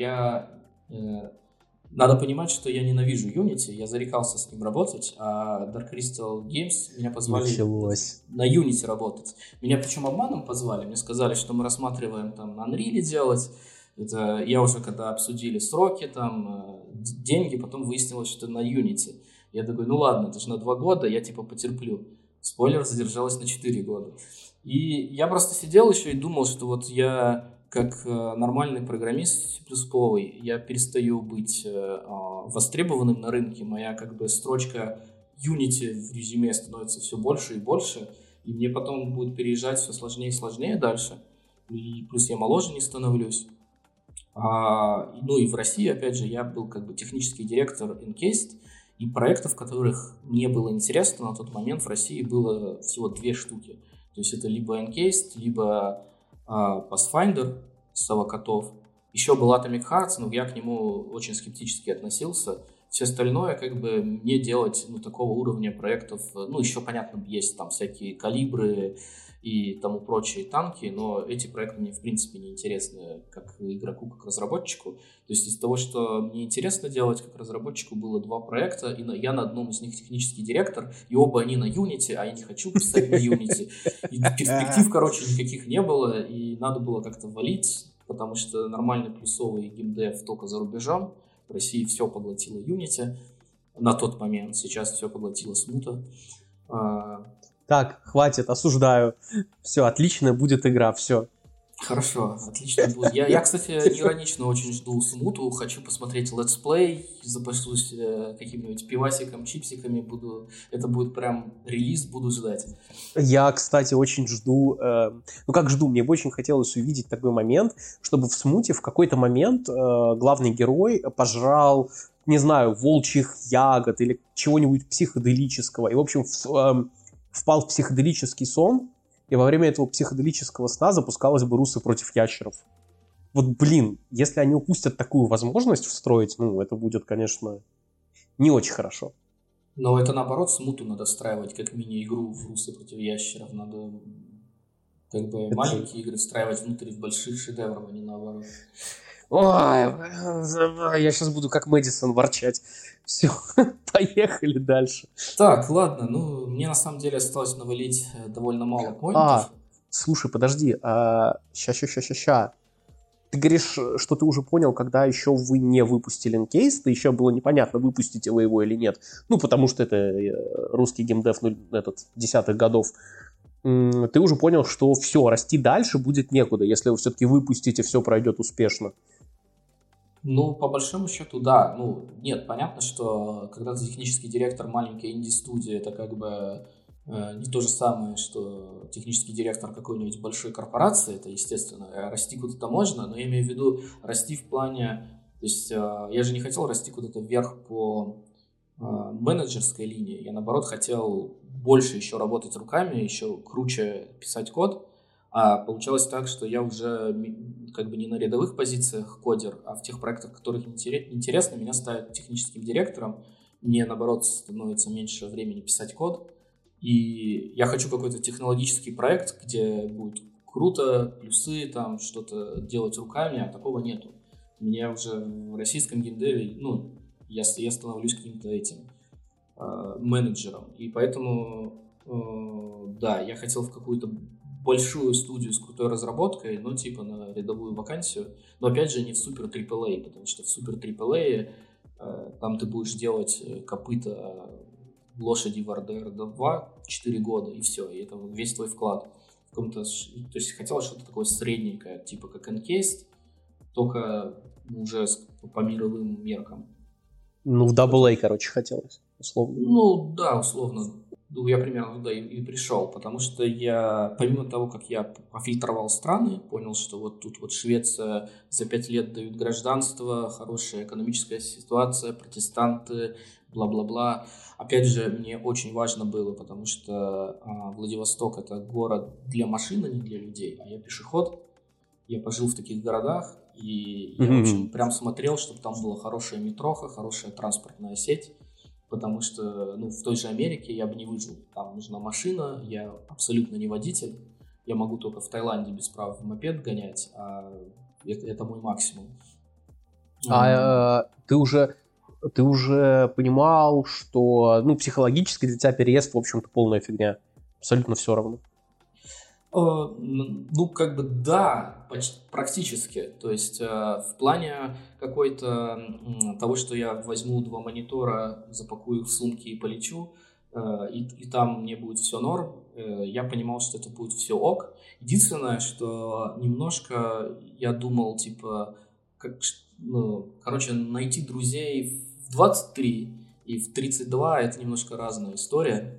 надо понимать, что я ненавижу Unity, я зарекался с ним работать, а Dark Crystal Games меня позвали на Unity работать. Меня причем обманом позвали, мне сказали, что мы рассматриваем там на Unreal делать. Это я уже когда обсудили сроки, там, деньги, потом выяснилось, что на Unity. Я такой, ну ладно, это же на 2 года, я типа потерплю. Спойлер, задержалась на 4 года. И я просто сидел еще и думал, что вот я, как нормальный программист C++, я перестаю быть востребованным на рынке. Моя как бы строчка Unity в резюме становится все больше и больше. И мне потом будет переезжать все сложнее и сложнее дальше. И плюс я моложе не становлюсь. Ну и в России, опять же, я был как бы технический директор Encased, и проектов, которых мне было интересно на тот момент в России было всего 2 штуки. То есть это либо Encased, либо Pathfinder Совокотов. Еще был Atomic Hearts, но я к нему очень скептически относился. Все остальное, как бы, мне делать, ну, такого уровня проектов, ну, еще, понятно, есть там всякие калибры и тому прочие танки, но эти проекты мне, в принципе, не интересны как игроку, как разработчику. То есть из того, что мне интересно делать как разработчику, было 2 проекта, и я на одном из них технический директор, и оба они на Unity, а я не хочу писать на Unity. И перспектив, короче, никаких не было, и надо было как-то валить, потому что нормальный плюсовый геймдев только за рубежом. В России все поглотило Unity. на тот момент. Сейчас все поглотила смута. Так, хватит, осуждаю. Все, отличная будет игра, все. Хорошо, отлично будет. Я, кстати, неиронично очень жду смуту. Хочу посмотреть летсплей, запаслюсь каким-нибудь пивасиком, чипсиками. Это будет прям релиз, буду ждать. Я, кстати, очень жду... мне бы очень хотелось увидеть такой момент, чтобы в смуте в какой-то момент главный герой пожрал, не знаю, волчьих ягод или чего-нибудь психоделического. И, в общем, впал в психоделический сон, и во время этого психоделического сна запускалась бы «Русы против ящеров». Вот, блин, если они упустят такую возможность встроить, это будет, конечно, не очень хорошо. Но это, наоборот, смуту надо встраивать как мини-игру в «Русы против ящеров». Надо маленькие игры встраивать внутрь больших шедевров, а не наоборот. Ой, я сейчас буду как Мэдисон ворчать. Все, поехали дальше. Так, ладно, мне на самом деле осталось навалить довольно мало поинтов. Слушай, подожди, ща. Ты говоришь, что ты уже понял, когда еще вы не выпустили инкейс, то еще было непонятно, выпустите вы его или нет. Потому что это русский геймдев 10-х годов. Ты уже понял, что все, расти дальше будет некуда, если вы все-таки выпустите, все пройдет успешно. По большому счету, да. Нет, понятно, что когда ты технический директор маленькой инди-студии, это как бы не то же самое, что технический директор какой-нибудь большой корпорации. Это, естественно, расти куда-то можно, но я имею в виду расти в плане... То есть я же не хотел расти куда-то вверх по менеджерской линии. Я, наоборот, хотел больше еще работать руками, еще круче писать код. А получалось так, что я уже как бы не на рядовых позициях кодер, а в тех проектах, которых интересно, меня ставят техническим директором. Мне, наоборот, становится меньше времени писать код. И я хочу какой-то технологический проект, где будет круто, плюсы, там что-то делать руками, а такого нету. Мне уже в российском геймдеве, я становлюсь каким-то этим менеджером. И поэтому, да, я хотел в какую-то большую студию с крутой разработкой, на рядовую вакансию. Но опять же не в супер AAA, потому что в супер AAA там ты будешь делать копыта лошади в RDR 2 4 года, и все, и это весь твой вклад. То есть хотелось что-то такое средненькое, типа как Encased, только уже по мировым меркам. В AA, короче, хотелось, условно. Да, условно. Я примерно туда и пришел, потому что я, помимо того, как я пофильтровал страны, понял, что вот тут вот Швеция за 5 лет дают гражданство, хорошая экономическая ситуация, протестанты, бла-бла-бла. Опять же, мне очень важно было, потому что Владивосток — это город для машин, а не для людей, а я пешеход. Я пожил в таких городах, и я, в общем, прям смотрел, чтобы там была хорошая метроха, хорошая транспортная сеть. Потому что, в той же Америке я бы не выжил. Там нужна машина, я абсолютно не водитель. Я могу только в Таиланде без прав в мопед гонять, а это мой максимум. Ты уже понимал, что, психологически для тебя переезд, в общем-то, полная фигня. Абсолютно все равно. Да, практически. То есть в плане какой-то того, что я возьму 2 монитора, запакую их в сумки и полечу, и там мне будет все норм, я понимал, что это будет все ок. Единственное, что немножко я думал, найти друзей в 23 и в 32 это немножко разная история.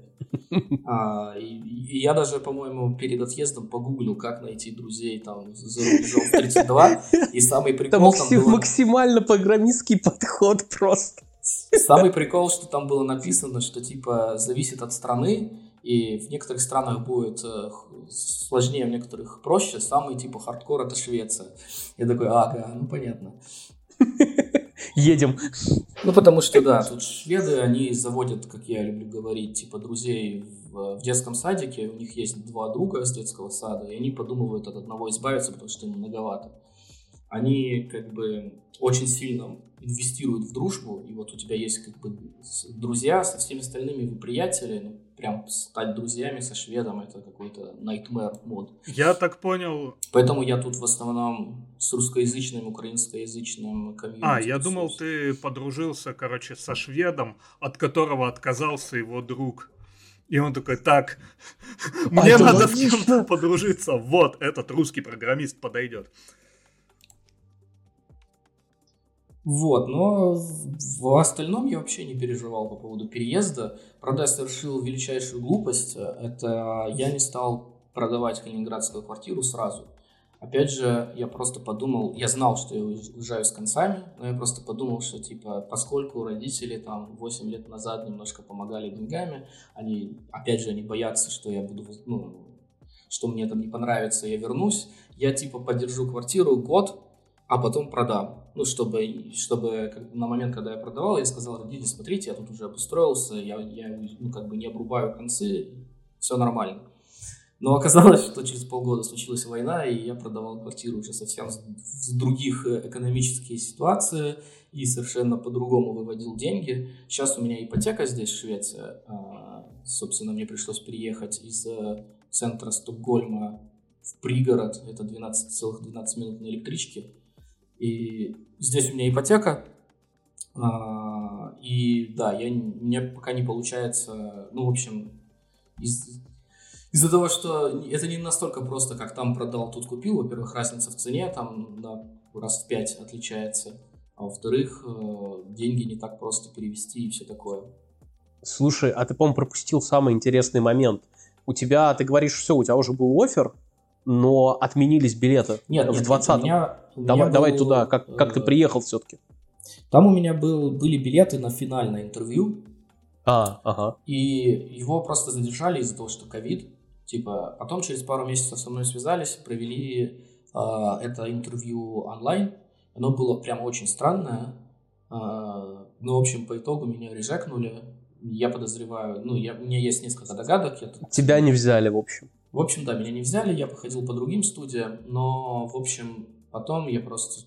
И я даже, по-моему, перед отъездом погуглил, как найти друзей там за рубежом в 32. И самый прикол там было... максимально программистский подход просто. Самый прикол, что там было написано, что зависит от страны, и в некоторых странах будет сложнее, в некоторых проще. Самый хардкор — это Швеция. Я такой, понятно. Едем. Потому что, да, тут шведы, они заводят, как я люблю говорить, друзей в детском садике. У них есть 2 друга с детского сада, и они подумывают от одного избавиться, потому что им многовато. Они очень сильно инвестируют в дружбу, и вот у тебя есть друзья, со всеми остальными вы приятели, прям стать друзьями со шведом, это какой-то nightmare мод. Я так понял. Поэтому я тут в основном с русскоязычным, украинскоязычным комьюнити. Я думал, ты подружился, короче, со шведом, от которого отказался его друг. И он такой, так, мне надо с кем-то подружиться. Вот, этот русский программист подойдет. Вот, но в остальном я вообще не переживал по поводу переезда. Правда, я совершил величайшую глупость. Это я не стал продавать калининградскую квартиру сразу. Опять же, я просто подумал, я знал, что я уезжаю с концами, но я просто подумал, что, типа, поскольку родители там 8 лет назад немножко помогали деньгами, они, опять же, они боятся, что я буду, что мне там не понравится, я вернусь, я, типа, подержу квартиру год, а потом продам. Чтобы на момент, когда я продавал, я сказал родителям, смотрите, я тут уже обустроился, я не обрубаю концы, все нормально. Но оказалось, что через полгода случилась война, и я продавал квартиру уже совсем с других экономических ситуаций и совершенно по-другому выводил деньги. Сейчас у меня ипотека здесь, в Швеции. Собственно, мне пришлось переехать из центра Стокгольма в пригород. Это 12 минут на электричке. И здесь у меня ипотека. И да, мне пока не получается, из-за того, что это не настолько просто, как там продал, тут купил. Во-первых, разница в цене там раз в 5 отличается. А во-вторых, деньги не так просто перевести и все такое. Слушай, а ты, по-моему, пропустил самый интересный момент. У тебя, ты говоришь, все, у тебя уже был оффер, но отменились билеты. Нет, в 20-м. Давай туда, как ты приехал все-таки. Там у меня были билеты на финальное интервью. Ага. И его просто задержали из-за того, что ковид. Потом через пару месяцев со мной связались, провели это интервью онлайн. Оно было прям очень странное. В общем, по итогу меня режекнули. Я подозреваю, у меня есть несколько догадок. Тебя не взяли, в общем. В общем, да, меня не взяли, я походил по другим студиям, но, в общем, потом я просто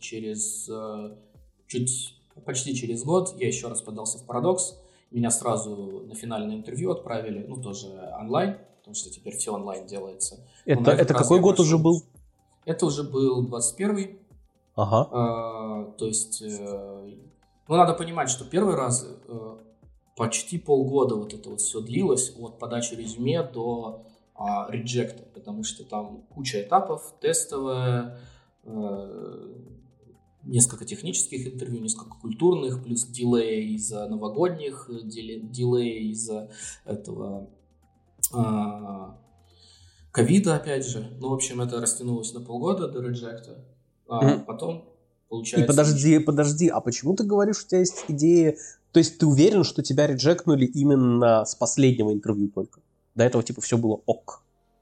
почти через год я еще раз подался в Парадокс. Меня сразу на финальное интервью отправили, тоже онлайн, потому что теперь все онлайн делается. Это какой год уже был? Это уже был 21-й. Ага. То есть, надо понимать, что первый раз почти полгода вот это вот все длилось, от подачи резюме до реджекта, потому что там куча этапов, тестовая, несколько технических интервью, несколько культурных, плюс дилей из-за новогодних, дилей из-за этого ковида, опять же. В общем, это растянулось на полгода до реджекта. Потом, получается... И подожди, а почему ты говоришь, что у тебя есть идея... То есть ты уверен, что тебя реджектнули именно с последнего интервью только? До этого, все было ок?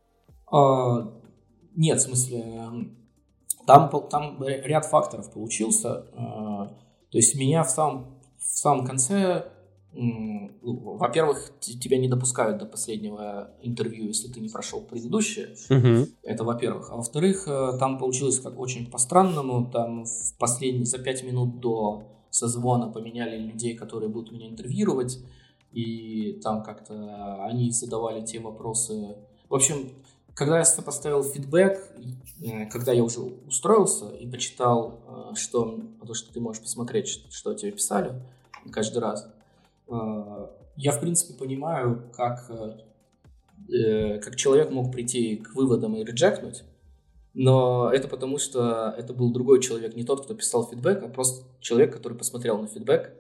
Нет, в смысле... Там ряд факторов получился. То есть меня в самом конце... во-первых, тебя не допускают до последнего интервью, если ты не прошел предыдущее. Это во-первых. А во-вторых, там получилось как очень по-странному. Там за 5 минут до созвона поменяли людей, которые будут меня интервьюировать. И там как-то они задавали те вопросы. В общем, когда я поставил фидбэк, когда я уже устроился и почитал, потому что ты можешь посмотреть, что тебе писали каждый раз, я, в принципе, понимаю, как человек мог прийти к выводам и реджектнуть, но это потому, что это был другой человек, не тот, кто писал фидбэк, а просто человек, который посмотрел на фидбэк.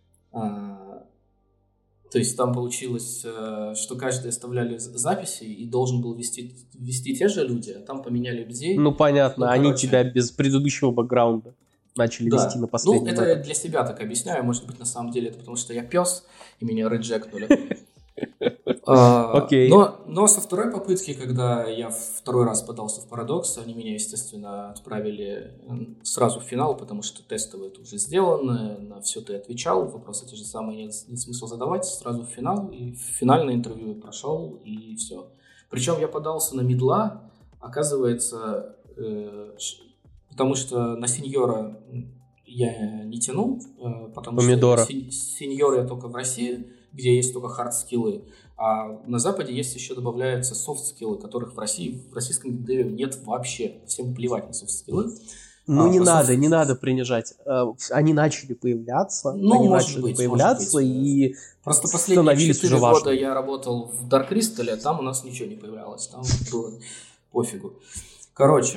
То есть там получилось, что каждый оставляли записи и должен был вести те же люди, а там поменяли людей. Понятно, они тебя без предыдущего бэкграунда начали вести на последний. Это я для себя так объясняю, может быть, на самом деле это потому, что я пес, и меня реджектнули. Окей. Но со второй попытки, когда я второй раз подался в Парадокс, они меня, естественно, отправили сразу в финал, потому что тестовое это уже сделано, на все ты отвечал, вопросы те же самые, нет смысла задавать, сразу в финал, и финальное интервью прошел, и все. Причем я подался на мидла, оказывается, потому что на сеньора я не тянул, потому Помидора. что сеньор я только в России. где есть только хард-скиллы. А на Западе есть еще добавляются софт-скиллы, которых в российском геймдеве нет вообще. Всем плевать на софт-скиллы. Ну, не надо принижать. Они начали появляться, и просто последние 4 года я работал в Dark Crystal, а там у нас ничего не появлялось. Там было пофигу. Короче,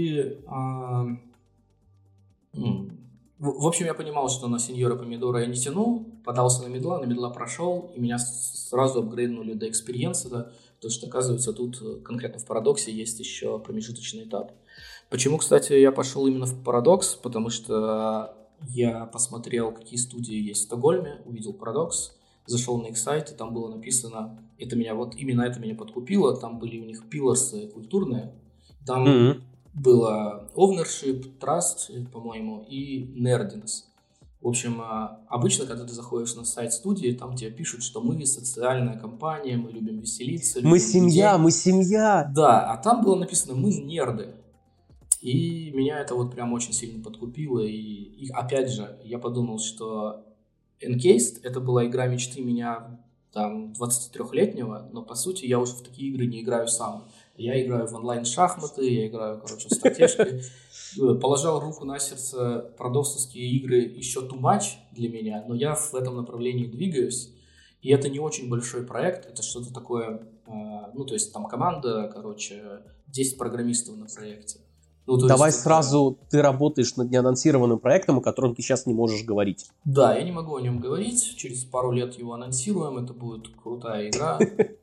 в общем, я понимал, что на сеньора помидора я не тянул, подался на медла прошел, и меня сразу апгрейднули до экспириенса, да, потому что, оказывается, тут конкретно в Парадоксе есть еще промежуточный этап. Почему, кстати, я пошел именно в Парадокс? Потому что я посмотрел, какие студии есть в Стокгольме, увидел Парадокс, зашел на их сайт, и там было написано, именно это меня подкупило, там были у них пилорсы культурные, там было ownership, trust, по-моему, и nerdiness. В общем, обычно, когда ты заходишь на сайт студии, там тебе пишут, что мы социальная компания, мы любим веселиться. Мы семья. Да, а там было написано «мы нерды». И меня это вот прям очень сильно подкупило. И опять же, я подумал, что Encased — это была игра мечты меня там 23-летнего, но по сути я уже в такие игры не играю сам. Я играю в онлайн-шахматы, я играю, в стратежки. Положил руку на сердце, парадоксовские игры еще too much для меня, но я в этом направлении двигаюсь. И это не очень большой проект, это что-то такое, то есть там команда, 10 программистов на проекте. Давай сразу, ты работаешь над неанонсированным проектом, о котором ты сейчас не можешь говорить. Да, я не могу о нем говорить, через пару лет его анонсируем, это будет крутая игра.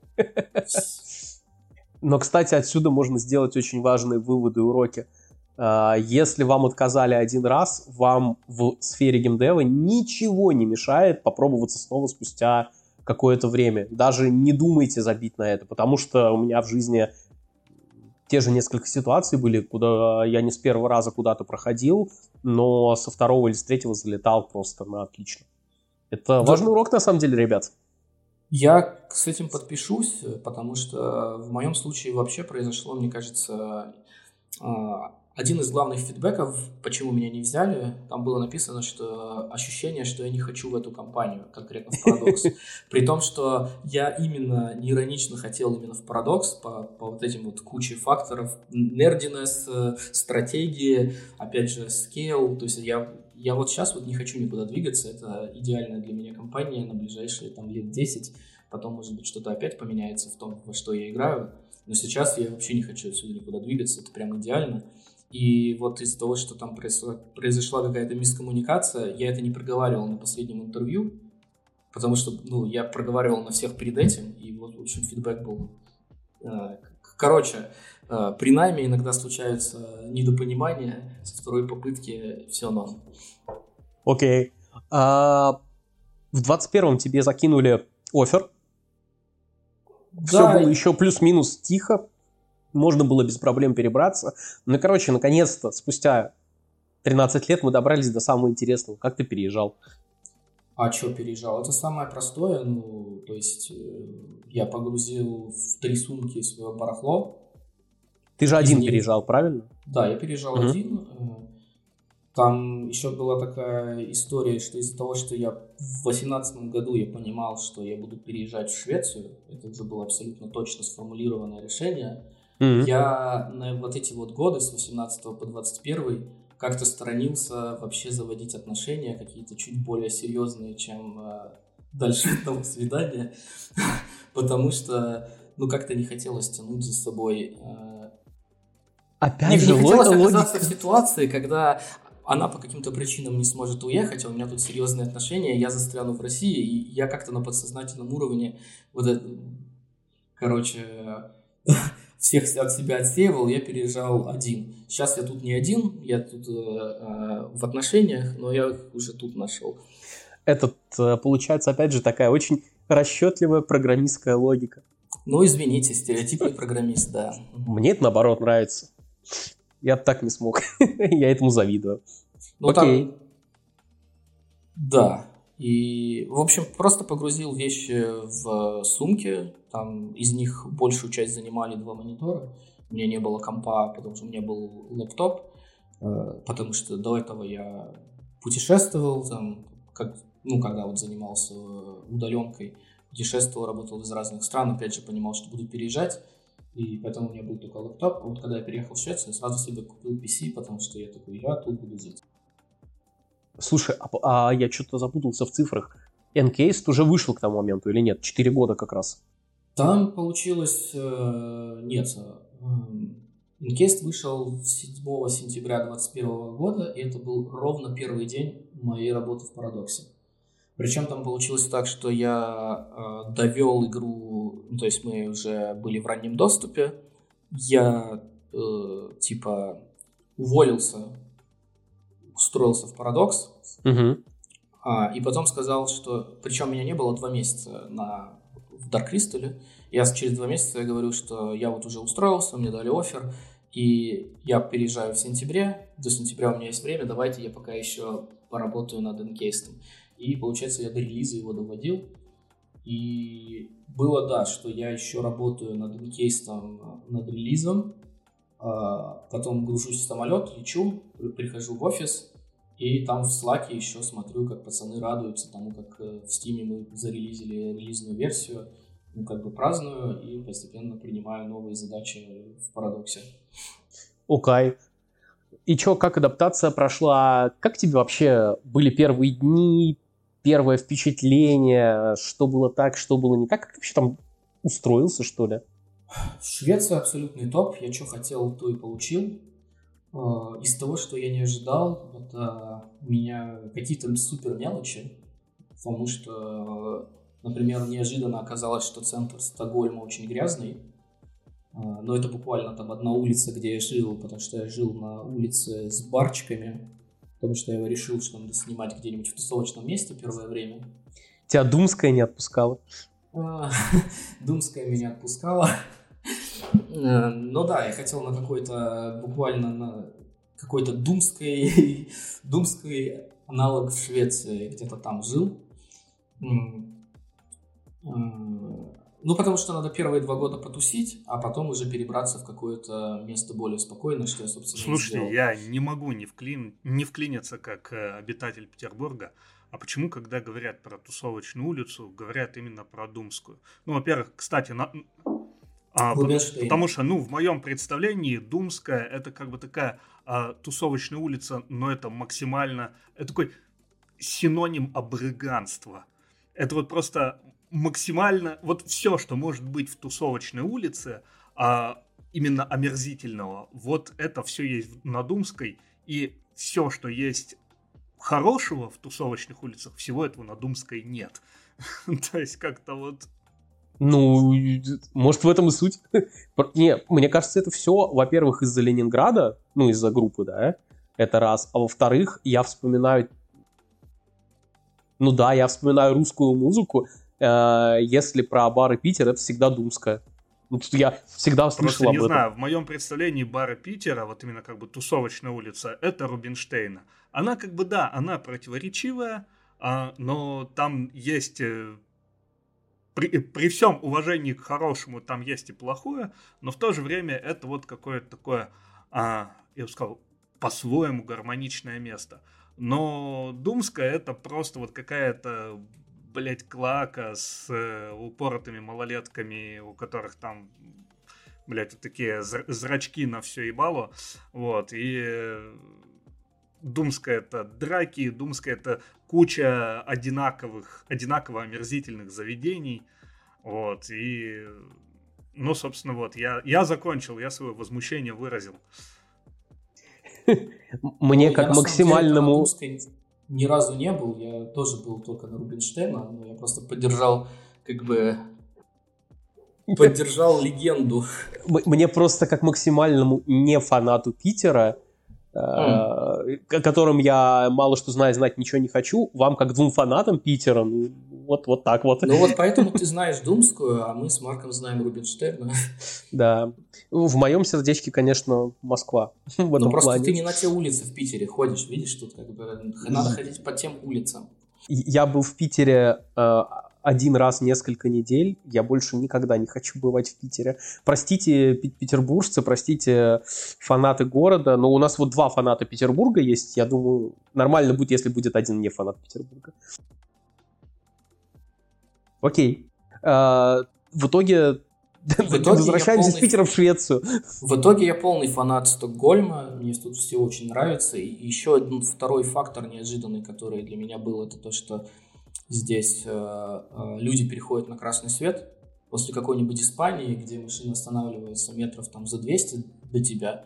Но, кстати, отсюда можно сделать очень важные выводы и уроки. Если вам отказали один раз, вам в сфере геймдева ничего не мешает попробоваться снова спустя какое-то время. Даже не думайте забить на это, потому что у меня в жизни те же несколько ситуаций были, куда я не с первого раза куда-то проходил, но со второго или с третьего залетал просто на отлично. Это важный урок, на самом деле, ребят. Я с этим подпишусь, потому что в моем случае вообще произошло, мне кажется, один из главных фидбэков, почему меня не взяли, там было написано, что ощущение, что я не хочу в эту компанию, конкретно в Парадокс. При том, что я именно не иронично хотел именно в Парадокс по вот этим вот куче факторов. Нердинес, стратегии, опять же, scale. То есть я вот сейчас вот не хочу никуда двигаться. Это идеальная для меня компания на ближайшие там лет 10. Потом, может быть, что-то опять поменяется в том, во что я играю. Но сейчас я вообще не хочу отсюда никуда двигаться. Это прям идеально. И вот из-за того, что там произошла какая-то мискоммуникация, я это не проговаривал на последнем интервью, потому что, я проговаривал на всех перед этим, и вот, в общем, фидбэк был. При найме иногда случаются недопонимания, со второй попытки все норм. Окей. В 21-м тебе закинули оффер. Все было еще плюс-минус тихо. Можно было без проблем перебраться. Наконец-то, спустя 13 лет мы добрались до самого интересного. Как ты переезжал? А что переезжал? Это самое простое. То есть я погрузил в 3 сумки свое барахло. Ты же один переезжал, правильно? Да, я переезжал один. Там еще была такая история, что из-за того, что я в 2018 году я понимал, что я буду переезжать в Швецию, это уже было абсолютно точно сформулированное решение. Я на вот эти вот годы с 18 по 21 как-то сторонился вообще заводить отношения какие-то чуть более серьезные, чем дальше того свидания, потому что, как-то не хотелось тянуть за собой. Опять же, не хотелось оказаться в ситуации, когда она по каким-то причинам не сможет уехать, а у меня тут серьезные отношения, я застряну в России, и я как-то на подсознательном уровне всех от себя отсеивал, я переезжал один. Сейчас я тут не один, я тут в отношениях, но я уже тут нашел. Это получается, опять же, такая очень расчетливая программистская логика. Извините, стереотипный программист, да. Мне это, наоборот, нравится. Я бы так не смог. Я этому завидую. Окей. Да. И, в общем, просто погрузил вещи в сумки. Там из них большую часть занимали 2 монитора. У меня не было компа, потому что у меня был лэптоп. Потому что до этого я путешествовал, когда вот занимался удаленкой, путешествовал, работал из разных стран, опять же понимал, что буду переезжать, и поэтому у меня был только лэптоп. А вот когда я переехал в Швецию, сразу себе купил PC, потому что я такой, я тут буду жить. Слушай, а я что-то запутался в цифрах. Encased уже вышел к тому моменту или нет? 4 года как раз. Там получилось... Нет. Encased вышел 7 сентября 2021 года, и это был ровно первый день моей работы в Парадоксе. Причем там получилось так, что я довел игру, то есть мы уже были в раннем доступе, я уволился, устроился в Парадокс, и потом сказал, что... Причем меня не было 2 месяца в Dark Crystal. Через 2 месяца я говорю, что я вот уже устроился, мне дали оффер, и я переезжаю в сентябре. До сентября у меня есть время, давайте я пока еще поработаю над Encased. И, получается, я до релиза его доводил. И было, да, что я еще работаю над Encased, над релизом. Потом гружусь в самолет, лечу, прихожу в офис. И там в Slack еще смотрю, как пацаны радуются тому, как в Steam мы зарелизили релизную версию. Праздную и постепенно принимаю новые задачи в Парадоксе. Окей. И что, как адаптация прошла? Как тебе вообще были первые дни, первое впечатление? Что было так, что было не так? Как ты вообще там устроился, что ли? Швеция абсолютный топ. Я что хотел, то и получил. Из того, что я не ожидал, это меня какие-то супер мелочи. Потому что, например, неожиданно оказалось, что центр Стокгольма очень грязный. Но это буквально там одна улица, где я жил, потому что я жил на улице с барчиками. Потому что я решил, что надо снимать где-нибудь в тусовочном месте первое время. Тебя Думская не отпускала? Думская меня отпускала. Ну да, я хотел на какой-то, буквально на какой-то думской аналог в Швеции, где-то там жил. Потому что надо первые 2 года потусить, а потом уже перебраться в какое-то место более спокойное, что я, собственно, Слушайте, я не могу не вклиниться как обитатель Петербурга. А почему, когда говорят про тусовочную улицу, говорят именно про Думскую? Во-первых, кстати, потому что, в моем представлении Думская это как бы такая тусовочная улица, но это максимально... Это такой синоним обрыганства. Это вот просто максимально... Вот все, что может быть в тусовочной улице, именно омерзительного, вот это все есть на Думской, и все, что есть хорошего в тусовочных улицах, всего этого на Думской нет. То есть как-то вот... Может, в этом и суть. Не, мне кажется, это все, во-первых, из-за Ленинграда, из-за группы, да, это раз. А во-вторых, я вспоминаю... я вспоминаю русскую музыку. Если про бары Питера, это всегда Думская. Я всегда слышал об этом. Не знаю, в моем представлении бары Питера, вот именно как бы тусовочная улица, это Рубинштейна. Она как бы, да, она противоречивая, но там есть... При всем уважении к хорошему там есть и плохое, но в то же время это вот какое-то такое, я бы сказал, по-своему гармоничное место. Но Думская это просто вот какая-то, клака с упоротыми малолетками, у которых там, вот такие зрачки на все ебало. Вот, и Думская это драки, Думская это куча одинаково омерзительных заведений. Вот, и... собственно, вот, я закончил, я свое возмущение выразил. Мне как максимальному... Ни разу не был, я тоже был только на Рубинштейна, но я просто поддержал легенду. Мне просто как максимальному не фанату Питера, о котором я мало что знаю, знать ничего не хочу, вам как 2 фанатам Питера, вот так вот. Поэтому ты знаешь Думскую, а мы с Марком знаем Рубинштейна. Да. В моем сердечке, конечно, Москва. Просто ты не на те улицы в Питере ходишь, видишь, тут как бы надо ходить по тем улицам. Я был в Питере 1 раз несколько недель, я больше никогда не хочу бывать в Питере. Простите, петербуржцы, простите, фанаты города, но у нас вот 2 фаната Петербурга есть, я думаю, нормально будет, если будет 1 не фанат Петербурга. Окей. В итоге возвращаемся с Питера в Швецию. В итоге я полный фанат Стокгольма, мне тут все очень нравится. И еще один второй фактор неожиданный, который для меня был, это то, что здесь люди переходят на красный свет. После какой-нибудь Испании, где машина останавливается метров там за 200 до тебя,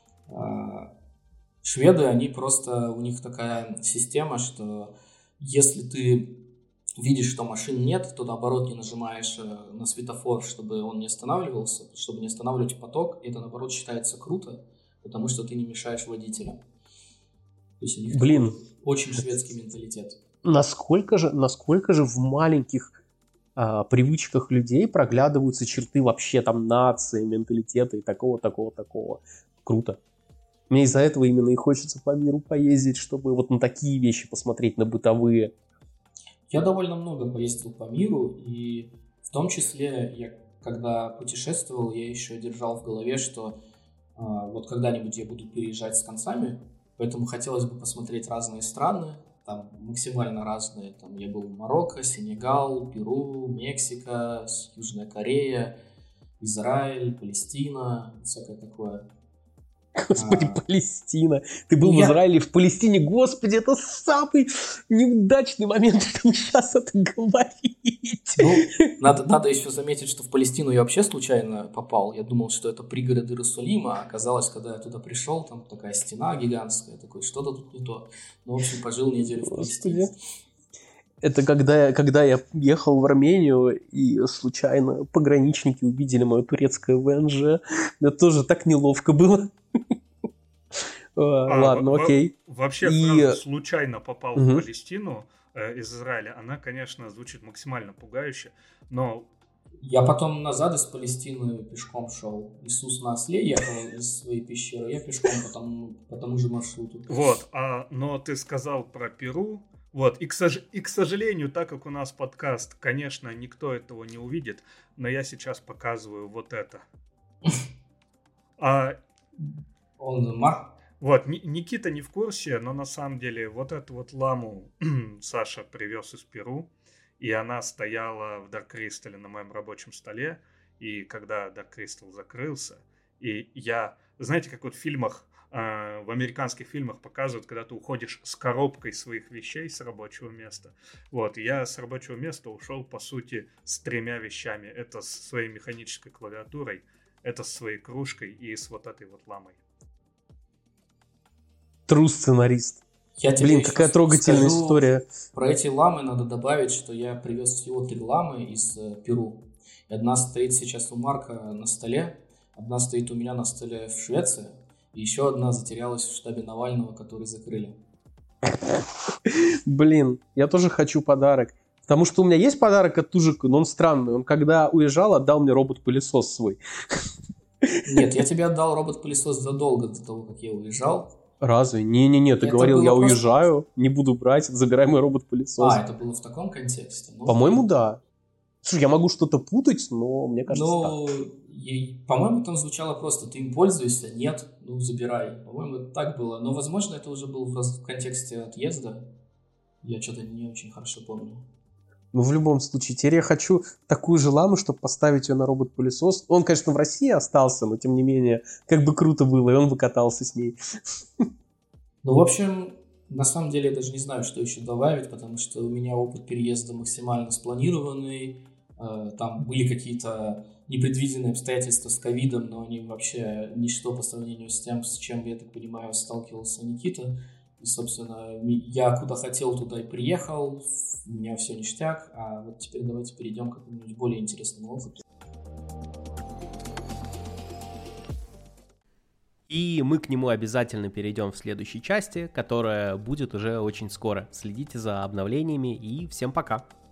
шведы, они просто, у них такая система, что если ты видишь, что машин нет, то наоборот не нажимаешь на светофор, чтобы он не останавливался, чтобы не останавливать поток. Это наоборот считается круто, потому что ты не мешаешь водителям. То есть у них очень шведский менталитет. Насколько же в маленьких привычках людей проглядываются черты вообще там нации, менталитета и такого. Круто. Мне из-за этого именно и хочется по миру поездить, чтобы вот на такие вещи посмотреть, на бытовые. Я довольно много поездил по миру, и в том числе я, когда путешествовал, я еще держал в голове, что вот когда-нибудь я буду переезжать с концами, поэтому хотелось бы посмотреть разные страны, там максимально разные. Там я был в Марокко, Сенегал, Перу, Мексика, Южная Корея, Израиль, Палестина, всякое такое. Господи, Палестина. Ты был в Израиле, в Палестине. Господи, это самый неудачный момент, чтобы сейчас это говорить. Ну, надо еще заметить, что в Палестину я вообще случайно попал. Я думал, что это пригород Иерусалима. А оказалось, когда я туда пришел, там такая стена гигантская. Такой, что-то тут не то. Ну, в общем, пожил неделю в Палестине. Это когда я ехал в Армению, и случайно пограничники увидели мое турецкое ВНЖ. Мне тоже так неловко было. Ладно, окей. Вообще, фраза «случайно попал в Палестину» из Израиля, она, конечно, звучит максимально пугающе, но... Я потом назад из Палестины пешком шел. Иисус на осле ехал из своей пещеры, я пешком по тому же маршруту. Вот, но ты сказал про Перу. Вот, и, к сожалению, так как у нас подкаст, конечно, никто этого не увидит, но я сейчас показываю вот это. Вот, Никита не в курсе, но на самом деле вот эту вот ламу Саша привез из Перу, и она стояла в Dark Crystal на моем рабочем столе, и когда Dark Crystal закрылся, и я, знаете, как вот в фильмах, в американских фильмах показывают, когда ты уходишь с коробкой своих вещей с рабочего места. Вот, я с рабочего места ушел, по сути, с 3 вещами. Это с своей механической клавиатурой, это с своей кружкой и с вот этой вот ламой. True сценарист. Блин, какая трогательная история. Про эти ламы надо добавить, что я привез всего 3 ламы из Перу. И одна стоит сейчас у Марка на столе, одна стоит у меня на столе в Швеции, и еще одна затерялась в штабе Навального, который закрыли. Блин, я тоже хочу подарок. Потому что у меня есть подарок от Тужика, но он странный. Он когда уезжал, отдал мне робот-пылесос свой. Нет, я тебе отдал робот-пылесос задолго до того, как я уезжал. Разве? Не-не-не, ты говорил, я уезжаю, не буду брать, забирай мой робот-пылесос. Это было в таком контексте? По-моему, да. Слушай, я могу что-то путать, но мне кажется, так. По-моему, там звучало просто: ты им пользуешься? Нет, забирай. По-моему, так было. Но, возможно, это уже было в контексте отъезда. Я что-то не очень хорошо помню. Ну, в любом случае, теперь я хочу такую же ламу, чтобы поставить ее на робот-пылесос. Он, конечно, в России остался, но, тем не менее, как бы круто было, и он выкатался с ней. В общем, на самом деле, я даже не знаю, что еще добавить, потому что у меня опыт переезда максимально спланированный. Там были какие-то непредвиденные обстоятельства с ковидом, но они вообще ничто по сравнению с тем, с чем, я так понимаю, сталкивался Никита. И, собственно, я куда хотел, туда и приехал, у меня все ништяк, а вот теперь давайте перейдем к какому-нибудь более интересному опыту. И мы к нему обязательно перейдем в следующей части, которая будет уже очень скоро. Следите за обновлениями и всем пока!